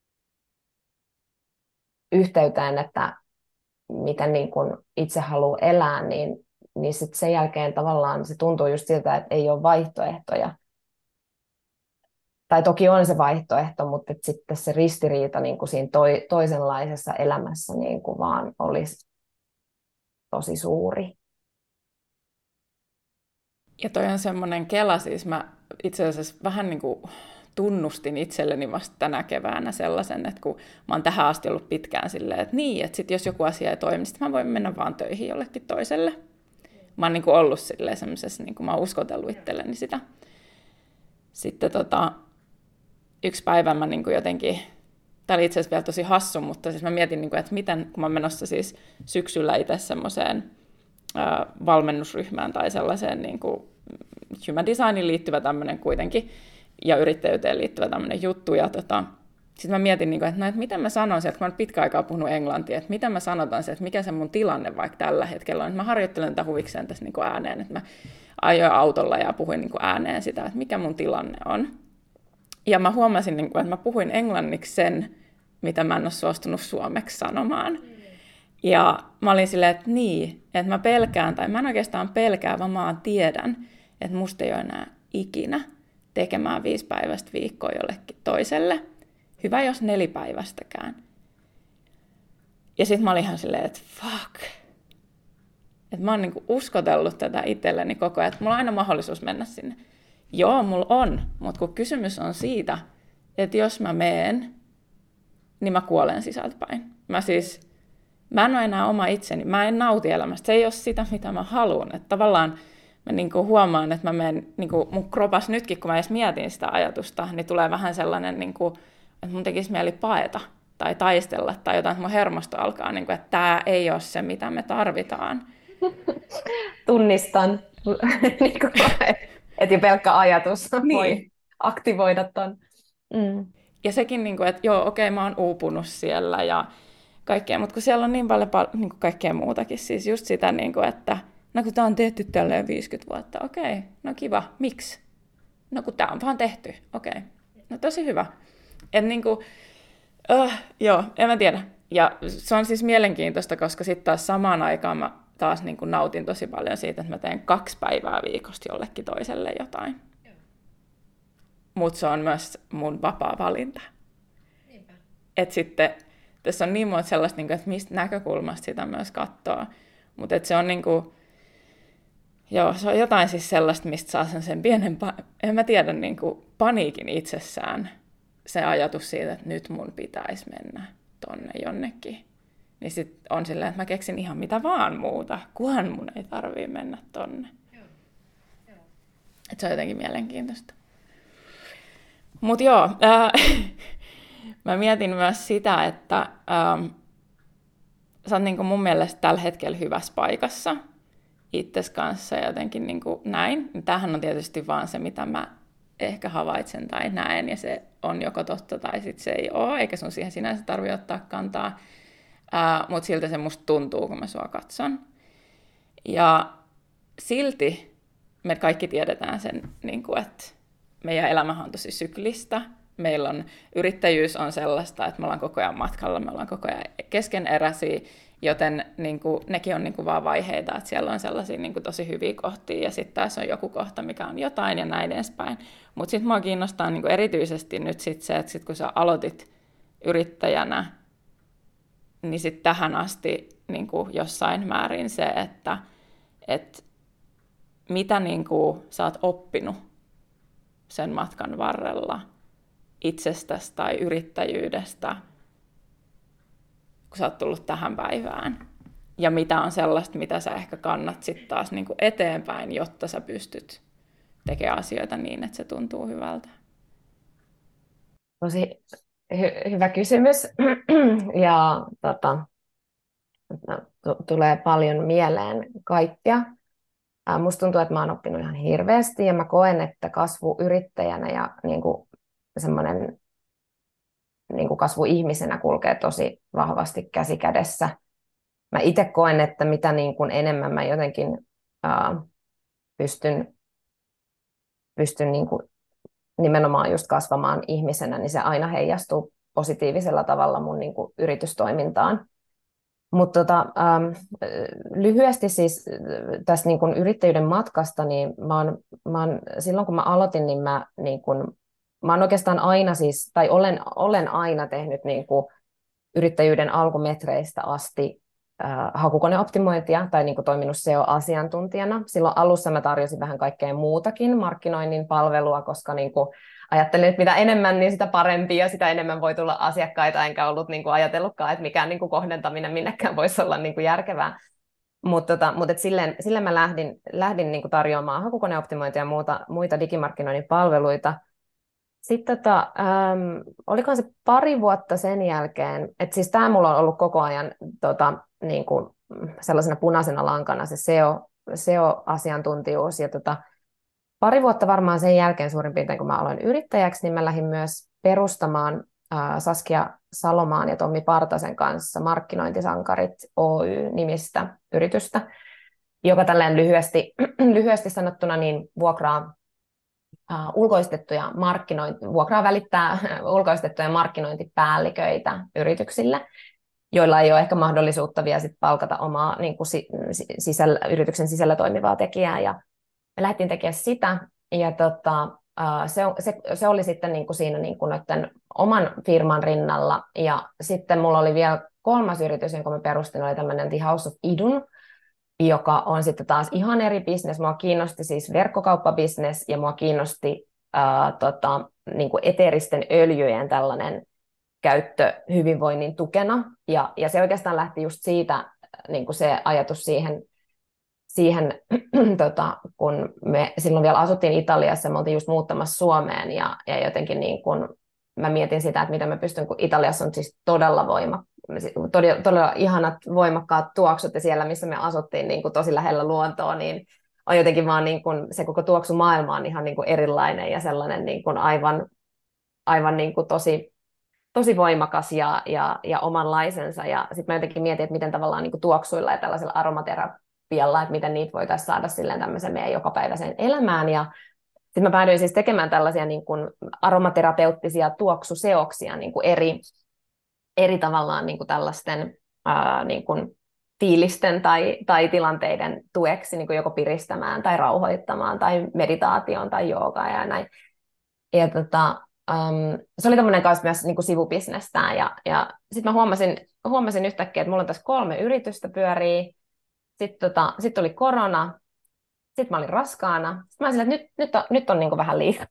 yhteyteen, että miten niin kuin itse haluaa elää, niin, niin sit sen jälkeen tavallaan se tuntuu just siltä, että ei ole vaihtoehtoja. Tai toki on se vaihtoehto, mutta et sitten se ristiriita niin kuin siinä toi, toisenlaisessa elämässä niin kuin vaan olisi tosi suuri. Ja toi on semmoinen kela, siis mä itse asiassa vähän niin kuin tunnustin itselleni vasta tänä keväänä sellaisen, että kun mä oon tähän asti ollut pitkään silleen, että niin, että sit jos joku asia ei toimi, niin mä voin mennä vaan töihin jollekin toiselle. Mä oon niin kuin ollut silleen semmoisessa, niin kuin mä oon uskotellut itselleni sitä. Sitten tota, yksi päivä mä niin kuin jotenkin, tää oli itse asiassa vielä tosi hassu, mutta siis mä mietin, niin kuin, että miten, kun mä oon menossa siis syksyllä itse semmoiseen ää, valmennusryhmään tai sellaiseen niin kuin human designiin liittyvä tämmöinen kuitenkin, ja yrittäjyyteen liittyvä tämmöinen juttu, ja tota, sitten mä mietin, niin kuin, että, no, että miten mä sanon se, että kun mä oon pitkä aikaa puhunut englantia, että miten mä sanotan se, että mikä se mun tilanne vaikka tällä hetkellä on, että mä harjoittelen tätä huvikseen tässä niin kuin ääneen, että mä ajoin autolla ja puhuin niin kuin ääneen sitä, että mikä mun tilanne on. Ja mä huomasin, niin kuin, että mä puhuin englanniksi sen, mitä mä en ole suostunut suomeksi sanomaan. Ja mä olin silleen, että niin, että mä pelkään, tai mä en oikeastaan pelkää, vaan mä tiedän, että musta ei ole enää ikinä tekemään viisi päivästä viikkoa jollekin toiselle. Hyvä, jos nelipäivästäkään. Ja sitten mä olin ihan silleen, että fuck. Että mä oon niinku uskotellut tätä itselleni koko ajan, että mulla on aina mahdollisuus mennä sinne. Joo, mulla on, mutta kun kysymys on siitä, että jos mä meen, niin mä kuolen sisältäpäin. Mä siis, mä en ole enää oma itseni, mä en nauti elämästä. Se ei ole sitä, mitä mä haluan. Että tavallaan mä niinku huomaan, että mä menen, niinku mun kropas nytkin, kun mä edes mietin sitä ajatusta, niin tulee vähän sellainen, niinku, että mun tekisi mieli paeta tai taistella tai jotain, että mun hermosto alkaa, niinku, että tää ei ole se, mitä me tarvitaan. Tunnistan, että jo pelkkä ajatus niin voi aktivoida ton. Mm. Ja sekin, niinku, että joo, okei, mä oon uupunut siellä ja kaikkea, mutta kun siellä on niin paljon niinku kaikkea muutakin, siis just sitä, niinku, että no kun tää on tehty tälleen viisikymmentä vuotta, okei, no kiva, miksi? No kun tää on vaan tehty, okei, no tosi hyvä. Et niinku, uh, joo, en mä tiedä. Ja se on siis mielenkiintoista, koska sitten taas samaan aikaan mä taas niin kuin nautin tosi paljon siitä, että mä teen kaksi päivää viikosta jollekin toiselle jotain. Mutta se on myös mun vapaa valinta. Että sitten tässä on niin monta sellaista, että mistä näkökulmasta sitä myös katsoo. Mutta se on niin kuin, joo, se on jotain siis sellaista, mistä saa sen, sen pienen, en mä tiedä, niin kuin paniikin itsessään. Se ajatus siitä, että nyt mun pitäisi mennä tonne jonnekin. Niin sit on silleen, että mä keksin ihan mitä vaan muuta, kunhan mun ei tarvii mennä tonne. Joo. Joo. Et se on jotenkin mielenkiintoista. Mut joo, äh, mä mietin myös sitä, että ähm, sä oot niinku mun mielestä tällä hetkellä hyvässä paikassa itses kanssa ja jotenkin niinku näin. Tämähän on tietysti vaan se, mitä mä ehkä havaitsen tai näen, ja se on joko totta tai sit se ei ole, eikä sun siihen sinänsä tarvitse ottaa kantaa. Uh, mutta siltä se musta tuntuu, kun mä sua katson. Ja silti me kaikki tiedetään sen, niin kuin, että meidän elämähän on tosi syklistä. Meillä on, yrittäjyys on sellaista, että me ollaan koko ajan matkalla, me ollaan koko ajan keskeneräisiä, Joten niin kuin, nekin on niin kuin vaan vaiheita, että siellä on sellaisia niin kuin tosi hyviä kohtia ja sitten tässä on joku kohta, mikä on jotain ja näin edespäin. Mutta sitten mua kiinnostaa niin kuin erityisesti nyt sit se, että sit kun sä aloitit yrittäjänä, niin sitten tähän asti niin kuin jossain määrin se, että et mitä niin kuin sä oot oppinut sen matkan varrella itsestäsi tai yrittäjyydestä, kun sä oot tullut tähän päivään. Ja mitä on sellaista, mitä sä ehkä kannat sitten taas niin kuin eteenpäin, jotta sä pystyt tekemään asioita niin, että se tuntuu hyvältä. Tosi hy- hyvä kysymys. Ja tota, t- tulee paljon mieleen kaikkea. Ää, musta tuntuu, että mä oon oppinut ihan hirveästi ja mä koen, että kasvu yrittäjänä ja niin kuin semmoinen niin kuin kasvu ihmisenä kulkee tosi vahvasti käsi kädessä. Mä itse koen, että mitä niin kuin enemmän mä jotenkin ää, pystyn, pystyn niin kuin nimenomaan just kasvamaan ihmisenä, niin se aina heijastuu positiivisella tavalla mun niin kuin yritystoimintaan. Mutta tota, ähm, lyhyesti siis tästä niin kuin yrittäjyyden matkasta, niin mä oon, mä oon, silloin kun mä aloitin, niin mä, niin kuin, mä oon oikeastaan aina siis, tai olen, olen aina tehnyt niin kuin yrittäjyyden alkumetreistä asti äh, hakukoneoptimointia tai niin kuin toiminut S E O-asiantuntijana. Silloin alussa mä tarjosin vähän kaikkea muutakin markkinoinnin palvelua, koska niin kuin ajattelin, että mitä enemmän, niin sitä parempi ja sitä enemmän voi tulla asiakkaita, enkä ollut niin kuin ajatellutkaan, että mikään niin kuin kohdentaminen minnekään voisi olla niin kuin järkevää. Mutta tota, mut silleen, silleen mä lähdin, lähdin niin kuin tarjoamaan hakukoneoptimointia ja muuta, muita digimarkkinoinnin palveluita. Sitten tota, ähm, olikohan se pari vuotta sen jälkeen, että siis tämä mulla on ollut koko ajan tota, niin kuin sellaisena punaisena lankana se S E O, S E O-asiantuntijuus. Ja tota, pari vuotta varmaan sen jälkeen suurin piirtein, kun mä aloin yrittäjäksi, niin mä lähdin myös perustamaan äh, Saskia Salomaan ja Tommi Partasen kanssa Markkinointisankarit Oy-nimistä yritystä, joka tälleen lyhyesti, lyhyesti sanottuna niin vuokraa Uh, ulkoistettuja markkinointi, vuokraa välittää ulkoistettuja markkinointipäälliköitä yrityksille, joilla ei ole ehkä mahdollisuutta vielä sit palkata omaa niin kuin sisällä, yrityksen sisällä toimivaa tekijää. Ja me lähdettiin tekemään sitä, ja tota, uh, se, se, se oli sitten niin kuin siinä niin kuin oman firman rinnalla. Ja sitten mulla oli vielä kolmas yritys, jonka mä perustin, oli tämmöinen The House of Idun, joka on sitten taas ihan eri bisnes. Mua kiinnosti siis verkkokauppabisnes ja mua kiinnosti ää, tota, niin kuin eteeristen öljyjen tällainen käyttö hyvinvoinnin tukena. Ja, ja se oikeastaan lähti just siitä, niin kuin se ajatus siihen, siihen tota, kun me silloin vielä asuttiin Italiassa, me oltiin just muuttamassa Suomeen ja, ja jotenkin niin kuin, mä mietin sitä, että miten mä pystyn, kun Italiassa on siis todella voima, todella, todella ihanat voimakkaat tuoksut ja siellä, missä me asuttiin niin kuin tosi lähellä luontoa, niin on jotenkin vaan niin kuin, se koko tuoksumaailma on ihan niin kuin erilainen ja sellainen niin kuin aivan, aivan niin kuin tosi, tosi voimakas ja, ja, ja omanlaisensa. Ja sitten mä jotenkin mietin, että miten tavallaan niin kuin tuoksuilla ja tällaisella aromaterapialla, että miten niitä voitaisiin saada silleen tämmöisen meidän jokapäiväiseen elämään. Ja sitten mä päädyin siis tekemään tällaisia niin kuin aromaterapeuttisia tuoksuseoksia niin kuin eri, eri tavallaan niin kuin tällaisten ää, niin kuin fiilisten tai, tai tilanteiden tueksi, niin kuin joko piristämään tai rauhoittamaan tai meditaation tai joogaa ja näin. Ja tota, um, se oli tämmöinen kanssa myös niin kuin sivubisnestään. Ja, ja sitten mä huomasin, huomasin yhtäkkiä, että mulla on tässä kolme yritystä pyörii. Sitten tota, sit tuli korona. Sitten mä olin raskaana. Sitten mä olin sillä, että nyt, nyt on, nyt on niin kuin vähän liikaa.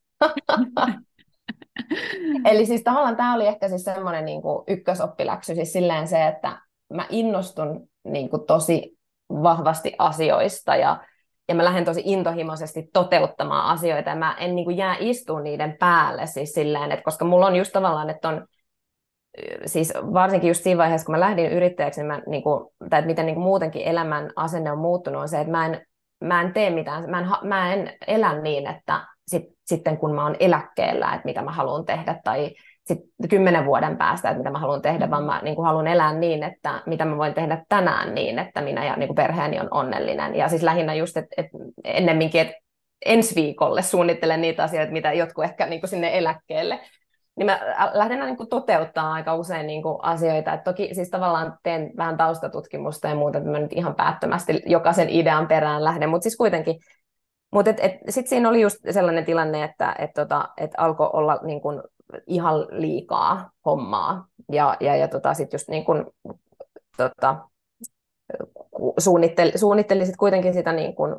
Eli siis tavallaan tämä oli ehkä siis semmoinen niin kuin ykkösoppiläksy, siis silleen se, että mä innostun niin kuin tosi vahvasti asioista ja, ja mä lähden tosi intohimoisesti toteuttamaan asioita ja mä en niin kuin jää istuun niiden päälle siis silleen, että koska mulla on just tavallaan, että on siis varsinkin just siinä vaiheessa, kun mä lähdin yrittäjäksi, niin mä, niin kuin, tai että miten niin kuin muutenkin elämän asenne on muuttunut, on se, että mä en, mä en tee mitään, mä en, mä en elä niin, että sit, sitten kun mä oon eläkkeellä, että mitä mä haluan tehdä, tai sitten kymmenen vuoden päästä, että mitä mä haluan tehdä, vaan mä niin kuin haluan elää niin, että mitä mä voin tehdä tänään niin, että minä ja niin kuin perheeni on onnellinen. Ja siis lähinnä just, että, että ennemminkin, että ensi viikolle suunnittelen niitä asioita, mitä jotkut ehkä niin kuin sinne eläkkeelle. Niin mä lähden niin kuin toteuttaa aika usein niin kuin asioita. Et toki siis tavallaan teen vähän taustatutkimusta ja muuta, että mä nyt ihan päättömästi jokaisen idean perään lähden, mutta siis kuitenkin. Mutta sitten siinä oli just sellainen tilanne, että et tota, et alkoi olla niin kuin ihan liikaa hommaa. Ja, ja, ja tota, sitten just niin kuin, tota, suunnitteli, suunnitteli sit kuitenkin sitä niin kuin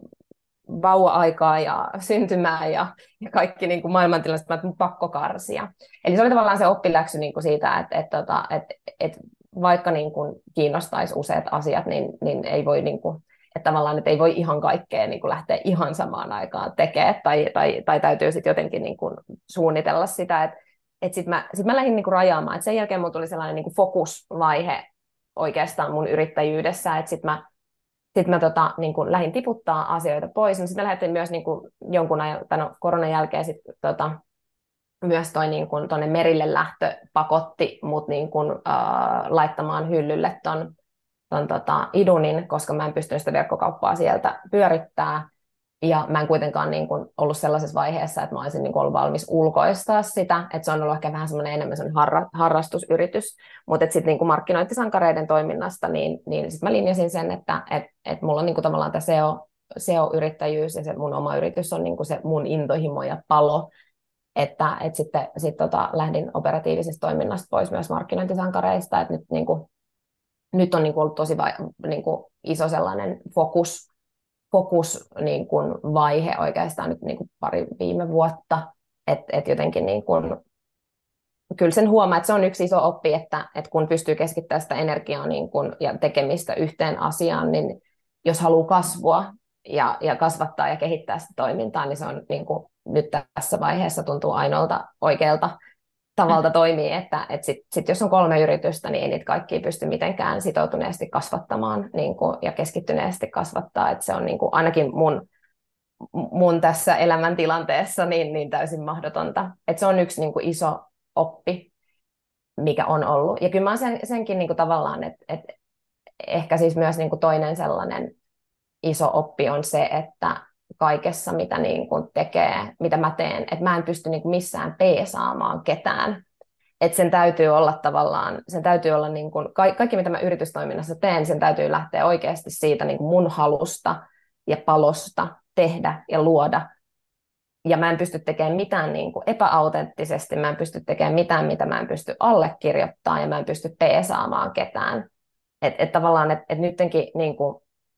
vauva-aikaa ja syntymää ja, ja kaikki niin kuin maailmantilaiset, että pakko karsia. Eli se oli tavallaan se oppiläksy niin kuin siitä, että, että, että, että, että vaikka niin kuin kiinnostaisi useat asiat, niin, niin ei voi, niin kuin, että tavallaan että ei voi ihan kaikkea niin kuin lähteä ihan samaan aikaan tekemään, tai, tai, tai täytyy sitten jotenkin niin kuin suunnitella sitä, että, että sitten mä, sit mä lähdin niin kuin rajaamaan, että sen jälkeen mulla tuli sellainen niin kuin fokusvaihe oikeastaan mun yrittäjyydessä, että sitten mä Sitten mä tota, niin kun lähdin tiputtaa asioita pois. Sitten mä lähdin myös niin kun jonkun ajan, tai no, koronan jälkeen sit, tota, myös toi niin kun, tonne merille lähtö pakotti mut niin kun, äh, laittamaan hyllylle ton, ton tota, idunin, koska mä en pystynyt sitä verkkokauppaa sieltä pyörittää. Ja mä en kuitenkaan niin kuin ollut sellaisessa vaiheessa, että mä olisin niin kuin ollut valmis ulkoistaa sitä, että se on ollut ehkä vähän semmoinen enemmän semmoinen harra, harrastusyritys, mutta sitten niin kuin markkinointisankareiden toiminnasta, niin, niin sitten mä linjasin sen, että et, et mulla on niin kuin tavallaan tämä S E O, S E O-yrittäjyys ja se mun oma yritys on niin kuin se mun intohimo ja palo, että et sitten sit tota, lähdin operatiivisesta toiminnasta pois myös markkinointisankareista, että nyt, niin kuin, nyt on niin kuin ollut tosi vai, niin kuin iso sellainen fokus, fokus niin kuin vaihe oikeastaan nyt niin kuin pari viime vuotta, että et jotenkin niin kuin, kyllä sen huomaa, että se on yksi iso oppi, että, että kun pystyy keskittämään sitä energiaa niin kuin, ja tekemistä yhteen asiaan, niin jos haluaa kasvua ja, ja kasvattaa ja kehittää sitä toimintaa, niin se on niin kuin, nyt tässä vaiheessa tuntuu ainoalta oikealta tavalta toimii, että, että sit, sit jos on kolme yritystä, niin ei niitä kaikkia pysty mitenkään sitoutuneesti kasvattamaan niin kuin, ja keskittyneesti kasvattaa, että se on niin kuin, ainakin mun, mun tässä elämäntilanteessa niin, niin täysin mahdotonta. Että se on yksi niin kuin, iso oppi, mikä on ollut. Ja kyllä mä oon sen, senkin niin kuin, tavallaan, että, että ehkä siis myös niin kuin, toinen sellainen iso oppi on se, että kaikessa, mitä niin kuin tekee, mitä mä teen, että mä en pysty niin kuin missään peesaamaan ketään. Että sen täytyy olla tavallaan, sen täytyy olla niin kuin, kaikki, mitä mä yritystoiminnassa teen, sen täytyy lähteä oikeasti siitä niin kuin mun halusta ja palosta tehdä ja luoda. Ja mä en pysty tekemään mitään niin kuin epäautenttisesti, mä en pysty tekemään mitään, mitä mä en pysty allekirjoittamaan ja mä en pysty peesaamaan ketään. Että et tavallaan, että et nyttenkin niin kuin,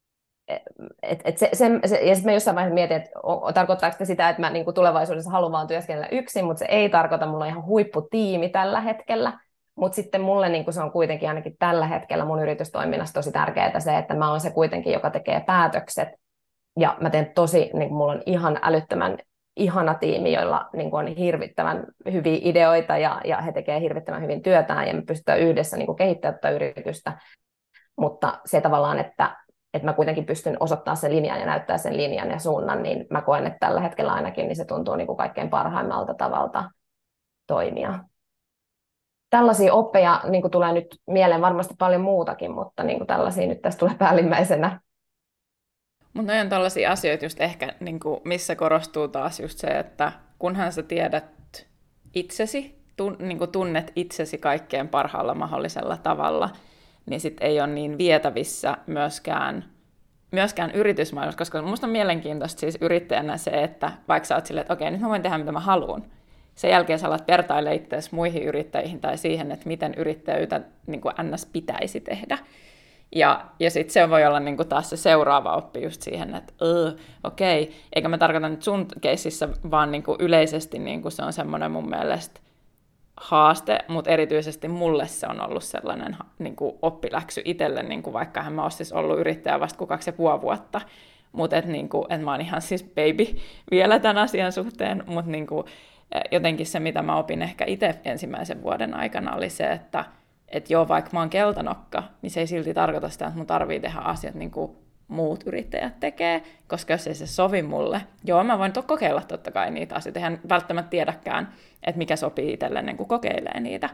Et, et se, se, se, ja sitten mä jossain vaiheessa mietin, että tarkoittaako se sitä, että mä niin kuin tulevaisuudessa haluan vaan työskennellä yksin, mutta se ei tarkoita, mulla on ihan huipputiimi tällä hetkellä, mutta sitten mulle niin kuin se on kuitenkin ainakin tällä hetkellä mun yritystoiminnassa tosi tärkeää se, että mä oon se kuitenkin, joka tekee päätökset, ja mä teen tosi, niin kuin mulla on ihan älyttömän ihana tiimi, joilla niin kuin on hirvittävän hyviä ideoita, ja, ja he tekee hirvittävän hyvin työtään, ja me pystytään yhdessä niin kuin kehittämään tätä yritystä, mutta se tavallaan, että että mä kuitenkin pystyn osoittamaan sen linjan ja näyttää sen linjan ja suunnan, niin mä koen, että tällä hetkellä ainakin niin se tuntuu niin kuin kaikkein parhaimmalta tavalta toimia. Tällaisia oppeja niin kuin tulee nyt mieleen varmasti paljon muutakin, mutta niin kuin tällaisia nyt tästä tulee päällimmäisenä. Mutta ne on tällaisia asioita just ehkä, niin kuin, missä korostuu taas just se, että kunhan sä tiedät itsesi, tun, niin kuin tunnet itsesi kaikkein parhaalla mahdollisella tavalla, niin sitten ei ole niin vietävissä myöskään, myöskään yritysmaailmassa, koska minusta on mielenkiintoista siis yrittäjänä se, että vaikka sä oot silleen, että okei, nyt mä voin tehdä mitä mä haluan. Sen jälkeen sä alat vertailla itseäsi muihin yrittäjiin tai siihen, että miten yrittäjyyttä niin kuin ns. Pitäisi tehdä. Ja, ja sitten se voi olla niin kuin taas se seuraava oppi just siihen, että okei, okay, eikä mä tarkoita nyt sun keississä, vaan niin kuin yleisesti niin kuin se on semmoinen mun mielestä haaste, mutta erityisesti mulle se on ollut sellainen niin kuin oppiläksy itselle, niin kuin vaikka hän mä olisi siis ollut yrittäjä vasta kuin kaksi ja puoli vuotta, mutta että niin et mä oon ihan siis baby vielä tämän asian suhteen, mutta niin kuin, jotenkin se, mitä mä opin ehkä itse ensimmäisen vuoden aikana, oli se, että et joo, vaikka mä oon keltanokka, niin se ei silti tarkoita sitä, että mun tarvii tehdä asiat niin kuin muut yrittäjät tekee, koska jos ei se sovi mulle, joo, mä voin to- kokeilla totta kai niitä asioita, eihän välttämättä tiedäkään, että mikä sopii itselle, ennen kuin kokeilee niitä.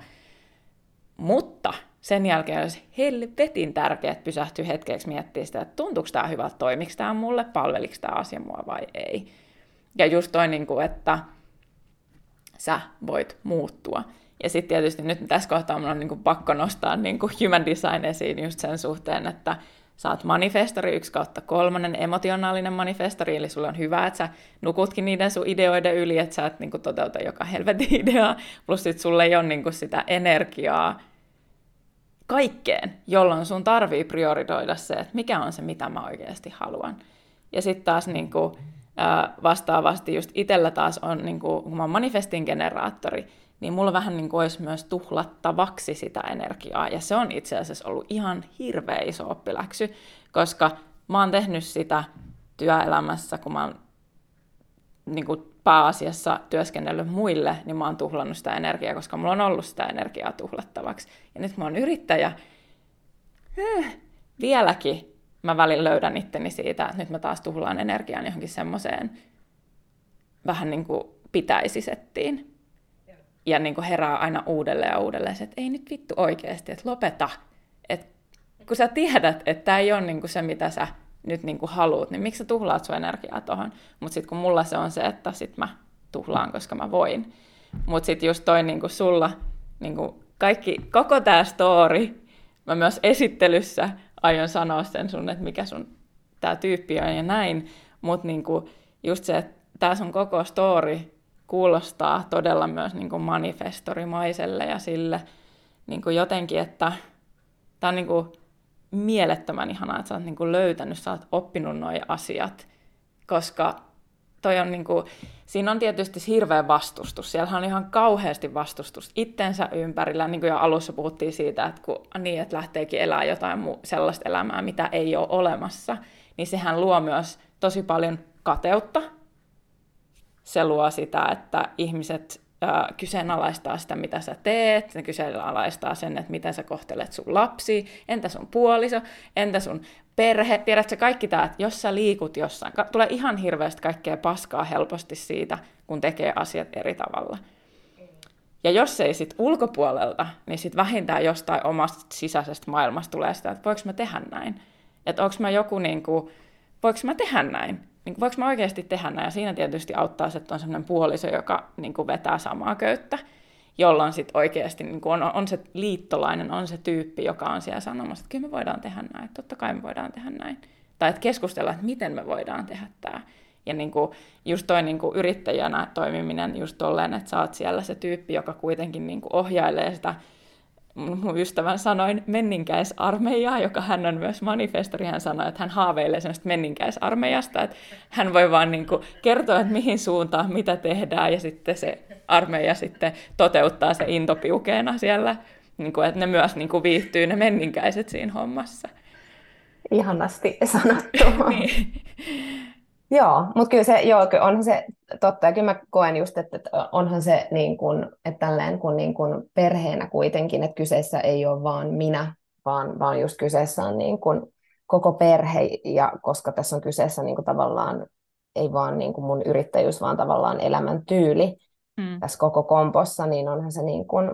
Mutta sen jälkeen olisi helvetin tärkeää pysähtyä hetkeksi miettiä sitä, että tuntuuko tämä hyvältä, toimiko tämä mulle, palveliko tämä asia mua vai ei. Ja just toi, että sä voit muuttua. Ja sitten tietysti nyt tässä kohtaa mun on niin kuin pakko nostaa niin kuin human design esiin just sen suhteen, että sä oot manifestori yksi kautta kolmonen, emotionaalinen manifestori, eli sulla on hyvä, että sä nukutkin niiden sun ideoiden yli, että sä et niin kuin toteuta joka helvetin ideaa, plus sit sulla ei ole niin kuin sitä energiaa kaikkeen, jolloin sun tarvii priorisoida se, että mikä on se, mitä mä oikeasti haluan. Ja sitten taas niin kuin, ää, vastaavasti just itsellä taas on, niin kuin, kun mä oon manifestin generaattori, niin mulla vähän niin kuin olisi myös tuhlattavaksi sitä energiaa. Ja se on itse asiassa ollut ihan hirveä iso oppiläksy, koska mä oon tehnyt sitä työelämässä, kun mä oon niin kuin pääasiassa työskennellyt muille, niin mä oon tuhlannut sitä energiaa, koska mulla on ollut sitä energiaa tuhlattavaksi. Ja nyt mä oon yrittäjä. Eh, vieläkin mä välin löydän itteni siitä, että nyt mä taas tuhlaan energiaan johonkin semmoiseen vähän niin kuin pitäisi settiin. Ja niin kuin herää aina uudelleen ja uudelleen se, että ei nyt vittu oikeasti, että lopeta. Et kun sä tiedät, että tämä ei ole niin kuin se, mitä sä nyt niin kuin haluut, niin miksi sä tuhlaat sun energiaa tohon? Mutta sitten kun mulla se on se, että sit mä tuhlaan, koska mä voin. Mutta sitten just toi niin kuin sulla, niin kuin kaikki, koko tämä story, mä myös esittelyssä aion sanoa sen sun, että mikä sun tää tyyppi on ja näin. Mutta niin kuin just se, että tää sun koko story kuulostaa todella myös niin kuin manifestorimaiselle ja sille niin kuin jotenkin, että tämä on niin kuin mielettömän ihanaa, että sä oot niin kuin löytänyt, sä oot oppinut nuo asiat, koska toi on niin kuin, siinä on tietysti hirveä vastustus. Siellä on ihan kauheasti vastustus itsensä ympärillä, niin kuin jo alussa puhuttiin siitä, että kun niin, että lähteekin elää jotain muu, sellaista elämää, mitä ei ole olemassa, niin sehän luo myös tosi paljon kateutta. Se luo sitä, että ihmiset ää, kyseenalaistaa sitä, mitä sä teet, ne kyseenalaistaa sen, että miten sä kohtelet sun lapsi, entä sun puoliso, entä sun perhe. Tiedätkö kaikki tämä, että jos sä liikut jossain, tulee ihan hirveästi kaikkea paskaa helposti siitä, kun tekee asiat eri tavalla. Ja jos ei sit ulkopuolelta, niin sit vähintään jostain omasta sisäisestä maailmasta tulee sitä, että voiko mä tehdä näin? Että onko mä joku, niin kuin, voiko mä tehdä näin? Niin voinko mä oikeasti tehdä näin? Ja siinä tietysti auttaa se, että on sellainen puoliso, joka niin kuin vetää samaa köyttä, jolloin sit oikeasti niin kuin on, on se liittolainen, on se tyyppi, joka on siellä sanomassa, että kyllä me voidaan tehdä näin, totta kai me voidaan tehdä näin. Tai että keskustella, että miten me voidaan tehdä tämä. Ja niin kuin, just toi niin kuin yrittäjänä toimiminen just tolleen, että sä oot siellä se tyyppi, joka kuitenkin niin kuin ohjailee sitä, mun ystävän sanoin menninkäisarmeijaa, joka hän on myös manifestori. Hän sanoi, että hän haaveilee sellaista menninkäisarmeijasta, että hän voi vaan niin kuin kertoa, että mihin suuntaan, mitä tehdään, ja sitten se armeija sitten toteuttaa se intopiukeena siellä, niin kuin, että ne myös niin kuin viihtyy ne menninkäiset siinä hommassa. Ihanasti sanottu. Niin. Joo, mutta kyllä se, joo, kyllä onhan se totta, ja kyllä mä koen just, että onhan se niin kuin, että tälleen kun niin kuin perheenä kuitenkin, että kyseessä ei ole vaan minä, vaan, vaan just kyseessä on niin kuin koko perhe, ja koska tässä on kyseessä niin kuin tavallaan, ei vaan niin kuin mun yrittäjyys, vaan tavallaan elämäntyyli mm. tässä koko kompossa, niin onhan se niin kuin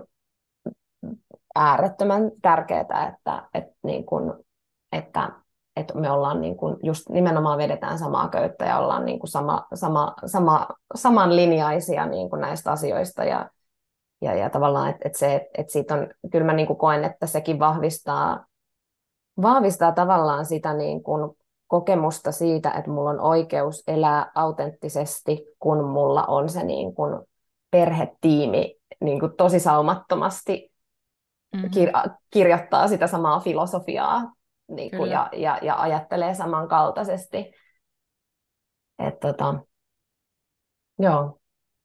äärettömän tärkeää, että, että, niin kuin, että että me ollaan niin kuin just nimenomaan vedetään samaa köyttä ja ollaan niin kuin sama, sama, sama, samanlinjaisia niin kuin näistä asioista ja, ja, ja tavallaan, että, että se, että siitä on, kyllä mä niin kuin koen, että sekin vahvistaa, vahvistaa tavallaan sitä niin kuin kokemusta siitä, että mulla on oikeus elää autenttisesti, kun mulla on se niin kuin perhetiimi niin kuin tosi saumattomasti mm-hmm. kir- kirjoittaa sitä samaa filosofiaa. Niin kuin, ja, ja, ja ajattelee samankaltaisesti. Et, tota, joo.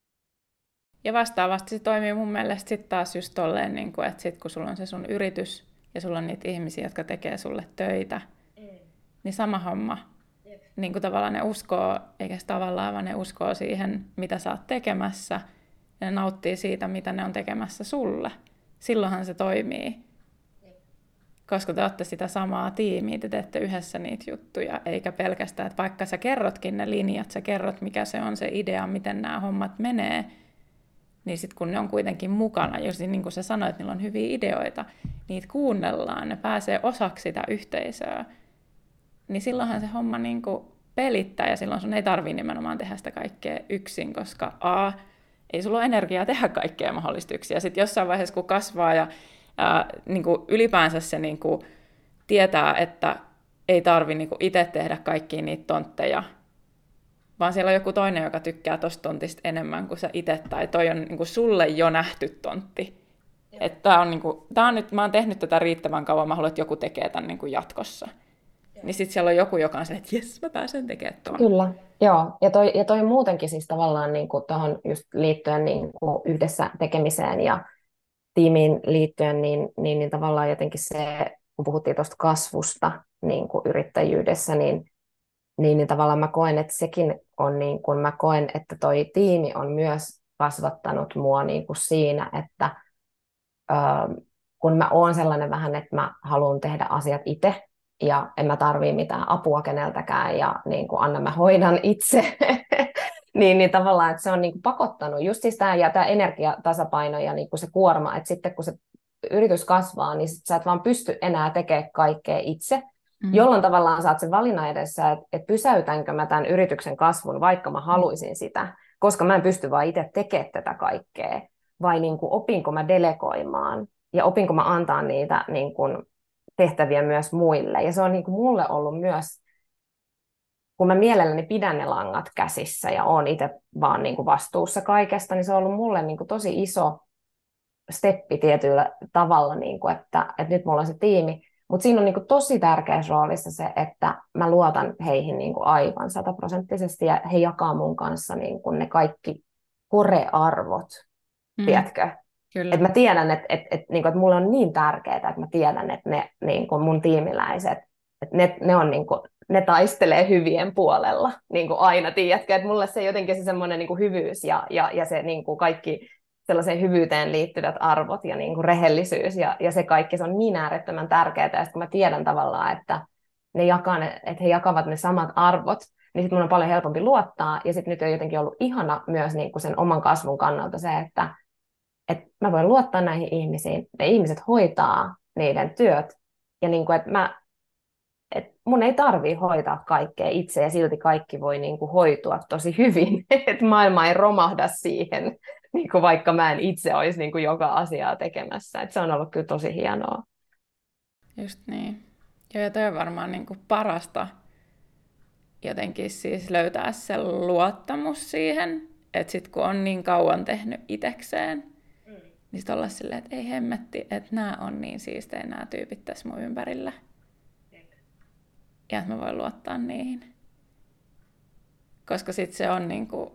Ja vastaavasti se toimii mun mielestä sit taas just tolleen, niin kuin, että sit kun sulla on se sun yritys ja sulla on niitä ihmisiä, jotka tekee sulle töitä, mm. niin sama homma. Yep. Niin kuin tavallaan ne uskoo, eikä se tavallaan, vaan ne uskoo siihen, mitä sä oot tekemässä, ja ne nauttii siitä, mitä ne on tekemässä sulle. Silloinhan se toimii. Koska te olette sitä samaa tiimiä, te teette yhdessä niitä juttuja, eikä pelkästään, että vaikka sä kerrotkin ne linjat, sä kerrot, mikä se on se idea, miten nämä hommat menee, niin sitten kun ne on kuitenkin mukana, jos niin kuin sä sanoit, että niillä on hyviä ideoita, niitä kuunnellaan, ne pääsee osaksi sitä yhteisöä, niin silloinhan se homma niin kuin pelittää, ja silloin sun ei tarvitse nimenomaan tehdä sitä kaikkea yksin, koska a, ei sulla ole energiaa tehdä kaikkea mahdollistuksia. Sitten jossain vaiheessa, kun kasvaa ja ää, niin kuin ylipäänsä se niin kuin tietää, että ei tarvi niin kuin itse tehdä kaikkia niitä tontteja, vaan siellä on joku toinen, joka tykkää tosta tontista enemmän kuin sä itse, tai toi on niin kuin sulle jo nähty tontti. Että tää on, niin kuin, tää on nyt, mä oon tehnyt tätä riittävän kauan, mä haluan, että joku tekee tämän niin kuin jatkossa. Joo. Niin sitten siellä on joku, joka on se, että jes, mä pääsen tekemään tuon. Kyllä, joo. Ja toi, ja toi muutenkin siis tavallaan niin kuin tuohon just liittyen niin kuin yhdessä tekemiseen ja tiimiin liittyen, niin, niin, niin tavallaan jotenkin se, kun puhuttiin tuosta kasvusta niin kuin yrittäjyydessä, niin, niin, niin tavallaan mä koen, että sekin on niin kuin mä koen, että toi tiimi on myös kasvattanut mua niin kuin siinä, että ö, kun mä oon sellainen vähän, että mä haluan tehdä asiat itse, ja en mä tarvii mitään apua keneltäkään, ja niin kuin anna mä hoidan itse, niin, niin tavallaan, että se on niin kuin pakottanut just siis tämä, ja tämä energiatasapaino ja niin kuin se kuorma, että sitten kun se yritys kasvaa, niin sit sä et vaan pysty enää tekemään kaikkea itse, mm-hmm. jolloin tavallaan saat sen valinnan edessä, että, että pysäytänkö mä tämän yrityksen kasvun, vaikka mä haluaisin sitä, koska mä en pysty vaan itse tekemään tätä kaikkea, vai niin kuin opinko mä delegoimaan, ja opinko mä antaa niitä niin kuin tehtäviä myös muille. Ja se on niin kuin mulle ollut myös, kun mä mielelläni pidän ne langat käsissä ja oon itse vaan niin kuin vastuussa kaikesta, niin se on ollut mulle niin kuin tosi iso steppi tietyllä tavalla, niin kuin, että, että nyt mulla on se tiimi. Mutta siinä on niin kuin tosi tärkeässä roolissa se, että mä luotan heihin niin kuin aivan sataprosenttisesti ja he jakaa mun kanssa niin kuin ne kaikki korearvot, mm. tiedätkö? Että mä tiedän, että, että, että, että, että mulle on niin tärkeää, että mä tiedän, että ne niin kuin mun tiimiläiset, että ne, ne, on, niin kuin, ne taistelee hyvien puolella niin kuin aina, tiedätkö? Että mulle se jotenkin se semmoinen niin kuin hyvyys ja, ja, ja se niin kuin kaikki sellaiseen hyvyyteen liittyvät arvot ja niin kuin rehellisyys ja, ja se kaikki, se on niin äärettömän tärkeää. Ja sitten kun mä tiedän tavallaan, että, ne jakaa ne, että he jakavat ne samat arvot, niin sitten mun on paljon helpompi luottaa. Ja sitten nyt on jotenkin ollut ihana myös niin kuin sen oman kasvun kannalta se, että että mä voin luottaa näihin ihmisiin, ne ihmiset hoitaa niiden työt, ja niin kuin, että mä, että mun ei tarvii hoitaa kaikkea itse, ja silti kaikki voi niin kuin hoitua tosi hyvin, että maailma ei romahda siihen, niin kuin vaikka mä en itse olisi niin kuin joka asiaa tekemässä, että se on ollut kyllä tosi hienoa. Just niin. Ja toi on varmaan niin kuin parasta jotenkin siis löytää se luottamus siihen, että sit kun on niin kauan tehnyt itekseen, niin sitten olla silleen, että ei hemmetti, että nämä on niin siistejä nämä tyypit tässä mun ympärillä. Ja että mä voin luottaa niihin. Koska sitten se on niinku,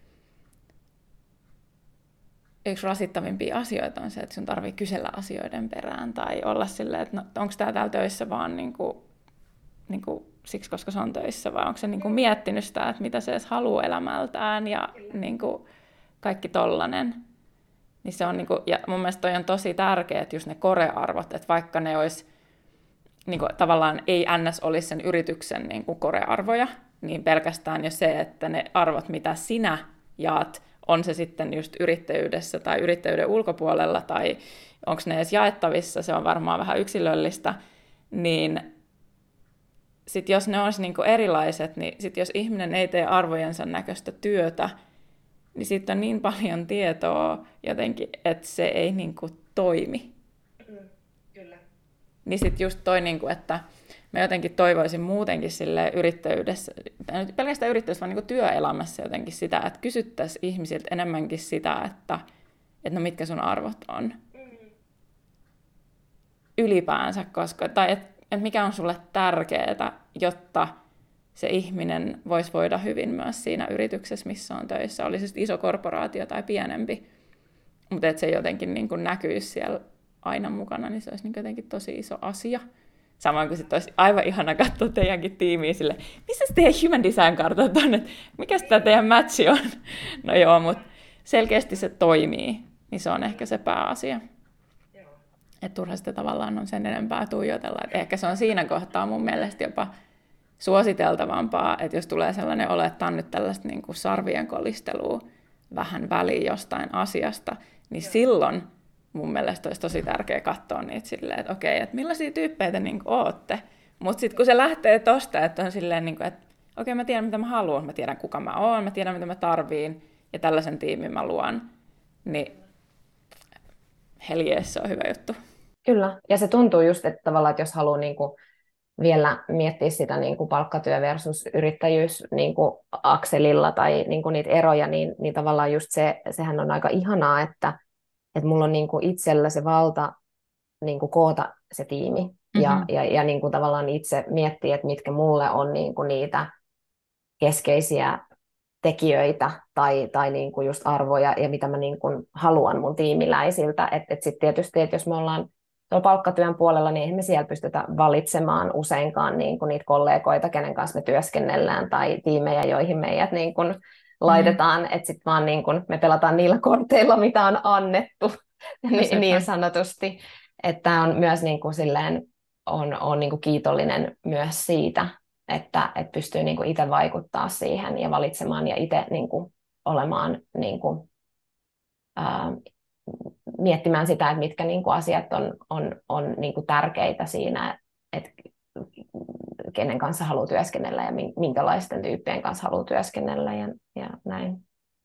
yksi rasittavimpia asioita on se, että sun tarvii kysellä asioiden perään. Tai olla silleen, että no, onko tää täällä töissä vaan niinku, niinku, siksi, koska se on töissä. Vai onko se niinku miettinyt sitä, että mitä se edes haluaa elämältään ja niinku, kaikki tollanen. Niin se on niinku, ja mun mielestä toi on tosi tärkeä, että just ne korearvot, että vaikka ne olisi, niinku, tavallaan ei ns. Olisi sen yrityksen niinku korearvoja, niin pelkästään jo se, että ne arvot, mitä sinä jaat, on se sitten just yrittäjyydessä tai yrittäjyyden ulkopuolella, tai onko ne edes jaettavissa, se on varmaan vähän yksilöllistä, niin sitten jos ne olisi niinku erilaiset, niin sitten jos ihminen ei tee arvojensa näköistä työtä, niin siitä on niin paljon tietoa jotenkin, että se ei niin kuin toimi. Mm, kyllä. Niin sitten just toi, niin kuin, että mä jotenkin toivoisin muutenkin sille yrittäjyydessä, pelkästään yrittäjyydessä, vaan niin kuin työelämässä jotenkin sitä, että kysyttäisiin ihmisiltä enemmänkin sitä, että, että no mitkä sun arvot on. Mm. Ylipäänsä, koska, tai että et mikä on sulle tärkeää, jotta se ihminen voisi voida hyvin myös siinä yrityksessä, missä on töissä. Oli se iso korporaatio tai pienempi. Mutta että se jotenkin niin kuin näkyisi siellä aina mukana, niin se olisi niin jotenkin tosi iso asia. Samoin kuin sitten olisi aivan ihana katsoa teidänkin tiimiä sille, missä teidän human design-kartat on, että mikä tämä teidän matchi on. No joo, mutta selkeästi se toimii, niin se on ehkä se pääasia. Että turha sitä tavallaan on sen enempää tuijotella. Et ehkä se on siinä kohtaa mun mielestä jopa suositeltavampaa, että jos tulee sellainen olo, että on nyt tällaista niin kuin sarvien kolistelua vähän väliin jostain asiasta, niin Joo. silloin mun mielestä olisi tosi tärkeää katsoa niitä silleen, että okei, että millaisia tyyppejä te niin kuin ootte. Mutta sitten kun se lähtee tosta, että on silleen, niin kuin, että okei, mä tiedän mitä mä haluan, mä tiedän kuka mä oon, mä tiedän mitä mä tarviin, ja tällaisen tiimin mä luon, niin heljees, se on hyvä juttu. Kyllä, ja se tuntuu just, että tavallaan, että jos haluaa niin kuin vielä miettiä sitä niin kuin palkkatyö versus yrittäjyys niin kuin akselilla tai niin kuin niitä eroja, niin, niin tavallaan just se, sehän on aika ihanaa, että, että mulla on niin kuin itsellä se valta niin kuin koota se tiimi ja, Mm-hmm. ja, ja niin kuin tavallaan itse miettiä, että mitkä mulle on niin kuin niitä keskeisiä tekijöitä tai, tai niin kuin just arvoja ja mitä mä niin kuin haluan mun tiimiläisiltä. Että et sitten tietysti, että jos me ollaan tuolla palkkatyön puolella, niin eihän me siellä pystytä valitsemaan useinkaan niin kuin niitä kollegoita, kenen kanssa me työskennellään tai tiimejä, joihin meidät niin kuin laitetaan. Mm. Että sitten vaan niin kuin me pelataan niillä korteilla, mitä on annettu niin, niin sanotusti. Että on myös niin kuin silleen, on, on niin kuin kiitollinen myös siitä, että, että pystyy niin kuin itse vaikuttaa siihen ja valitsemaan ja itse niin kuin olemaan, niin kuin, ää, miettimään sitä, että mitkä niin kuin asiat on, on, on niin kuin tärkeitä siinä, että kenen kanssa haluaa työskennellä ja minkälaisten tyyppien kanssa haluaa työskennellä ja, ja näin.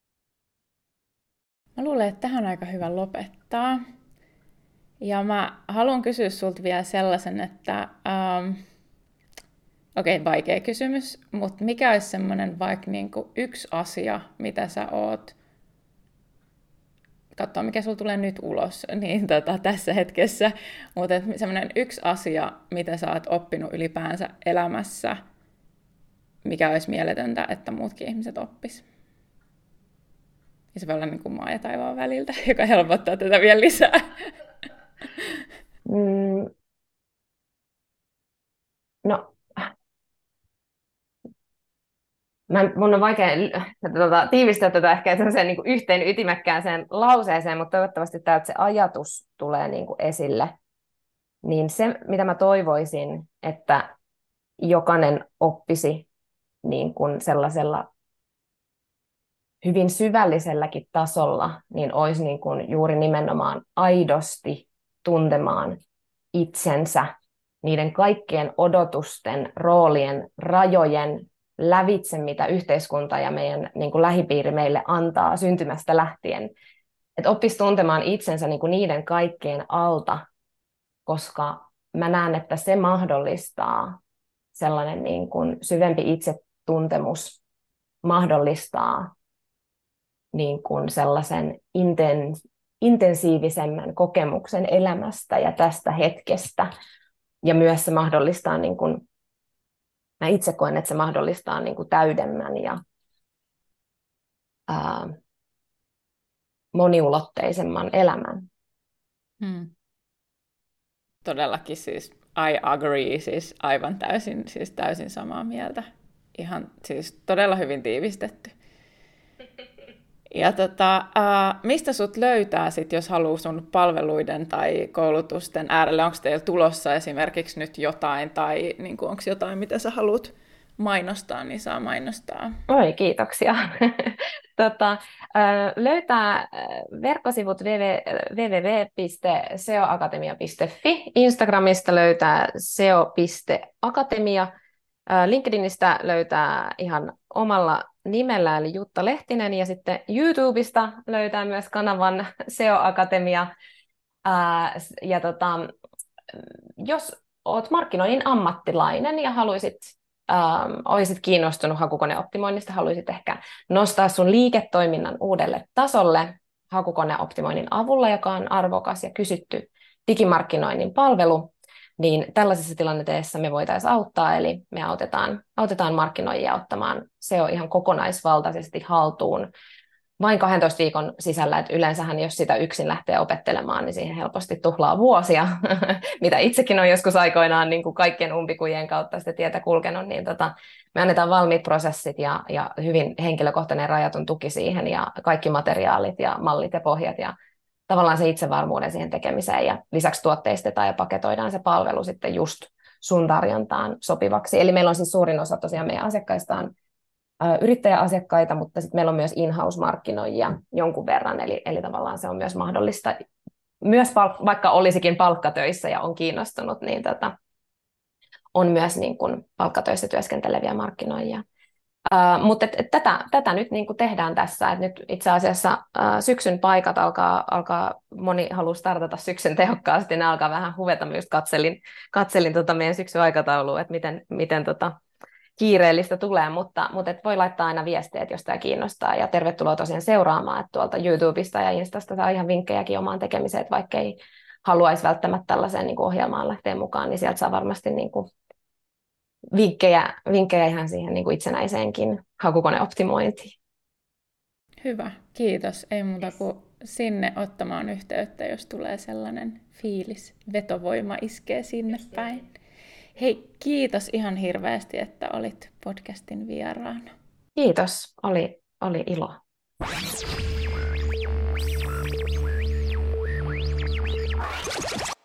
Mä luulen, että tähän on aika hyvä lopettaa. Ja mä haluan kysyä sulta vielä sellaisen, että ähm, okei, okay, vaikea kysymys, mutta mikä olisi semmoinen vaikka niinku yksi asia, mitä sä oot, katsoa mikä sulla tulee nyt ulos niin tota, tässä hetkessä, mutta semmoinen yksi asia, mitä sä oot oppinut ylipäänsä elämässä, mikä olisi mieletöntä, että muutkin ihmiset oppis. Ja se voi olla niin kuin maa ja taivaan väliltä, joka helpottaa tätä vielä lisää. Mm. No, Mä, mun on vaikea tuota, tiivistää tätä ehkä niin kuin yhteen ytimäkkääseen lauseeseen, mutta toivottavasti täältä se ajatus tulee niin kuin esille. Niin se, mitä mä toivoisin, että jokainen oppisi niin kuin sellaisella hyvin syvälliselläkin tasolla, niin olisi niin kuin juuri nimenomaan aidosti tuntemaan itsensä niiden kaikkien odotusten, roolien, rajojen lävitse, mitä yhteiskunta ja meidän niin kuin lähipiiri meille antaa syntymästä lähtien. Että oppisi tuntemaan itsensä niin kuin niiden kaikkien alta, koska mä näen, että se mahdollistaa sellainen niin kuin syvempi itsetuntemus, mahdollistaa niin kuin sellaisen intens- intensiivisemmän kokemuksen elämästä ja tästä hetkestä. Ja myös se mahdollistaa, niin kuin, mä itse koen, että se mahdollistaa niin kuin täydemmän ja ää, moniulotteisemman elämän. Hmm. Todellakin siis I agree, siis aivan täysin, siis täysin samaa mieltä. Ihan siis todella hyvin tiivistetty. Ja tota, äh, mistä sut löytää sit, jos haluaa sun palveluiden tai koulutusten äärelle? Onko teillä tulossa esimerkiksi nyt jotain, tai niin onko jotain, mitä sä haluat mainostaa, niin saa mainostaa. Oi, kiitoksia. tota, löytää verkkosivut double-u double-u double-u piste s e o akatemia piste f i. Instagramista löytää s e o piste akatemia. LinkedInistä löytää ihan omalla nimellä, eli Jutta Lehtinen, ja sitten YouTubesta löytää myös kanavan S E O Akatemia. Ää, ja tota, jos olet markkinoinnin ammattilainen ja haluaisit, ähm, olisit kiinnostunut hakukoneoptimoinnista, haluaisit ehkä nostaa sun liiketoiminnan uudelle tasolle hakukoneoptimoinnin avulla, joka on arvokas ja kysytty digimarkkinoinnin palvelu, niin tällaisessa tilanteessa me voitaisiin auttaa, eli me autetaan, autetaan markkinoijia ottamaan S E O ihan kokonaisvaltaisesti haltuun vain kahdentoista viikon sisällä, että yleensähän jos sitä yksin lähtee opettelemaan, niin siihen helposti tuhlaa vuosia, mitä itsekin on joskus aikoinaan niin kuin kaikkien umpikujien kautta sitä tietä kulkenut, niin tota, me annetaan valmiit prosessit ja, ja hyvin henkilökohtainen rajatun tuki siihen ja kaikki materiaalit ja mallit ja pohjat ja tavallaan se itsevarmuuden siihen tekemiseen ja lisäksi tuotteistetaan ja paketoidaan se palvelu sitten just sun tarjontaan sopivaksi. Eli meillä on siis suurin osa tosiaan meidän asiakkaista on yrittäjäasiakkaita, mutta sitten meillä on myös in-house-markkinoijia jonkun verran, eli, eli tavallaan se on myös mahdollista, myös palk- vaikka olisikin palkkatöissä ja on kiinnostunut, niin tota, on myös niin kuin palkkatöissä työskenteleviä markkinoijia. Uh, mutta et, et tätä, tätä nyt niin kuin tehdään tässä, että nyt itse asiassa uh, syksyn paikat alkaa, alkaa, moni haluaa startata syksyn tehokkaasti, ne alkaa vähän huveta, myös katselin, katselin tota meidän syksyn aikataulua, että miten, miten tota kiireellistä tulee, mutta, mutta et voi laittaa aina viestiä, jos tämä kiinnostaa, ja tervetuloa tosiaan seuraamaan, että tuolta YouTubesta ja Instasta saa ihan vinkkejäkin omaan tekemiseen, että vaikka ei haluaisi välttämättä tällaiseen niin kuin ohjelmaan lähteä mukaan, niin sieltä saa varmasti niin kuin vinkkejä, vinkkejä ihan siihen niin kuin itsenäiseenkin hakukoneoptimointiin. Hyvä, kiitos. Ei muuta kuin sinne ottamaan yhteyttä, jos tulee sellainen fiilis, vetovoima iskee sinne päin. Hei, kiitos ihan hirveästi, että olit podcastin vieraana. Kiitos, oli, oli ilo.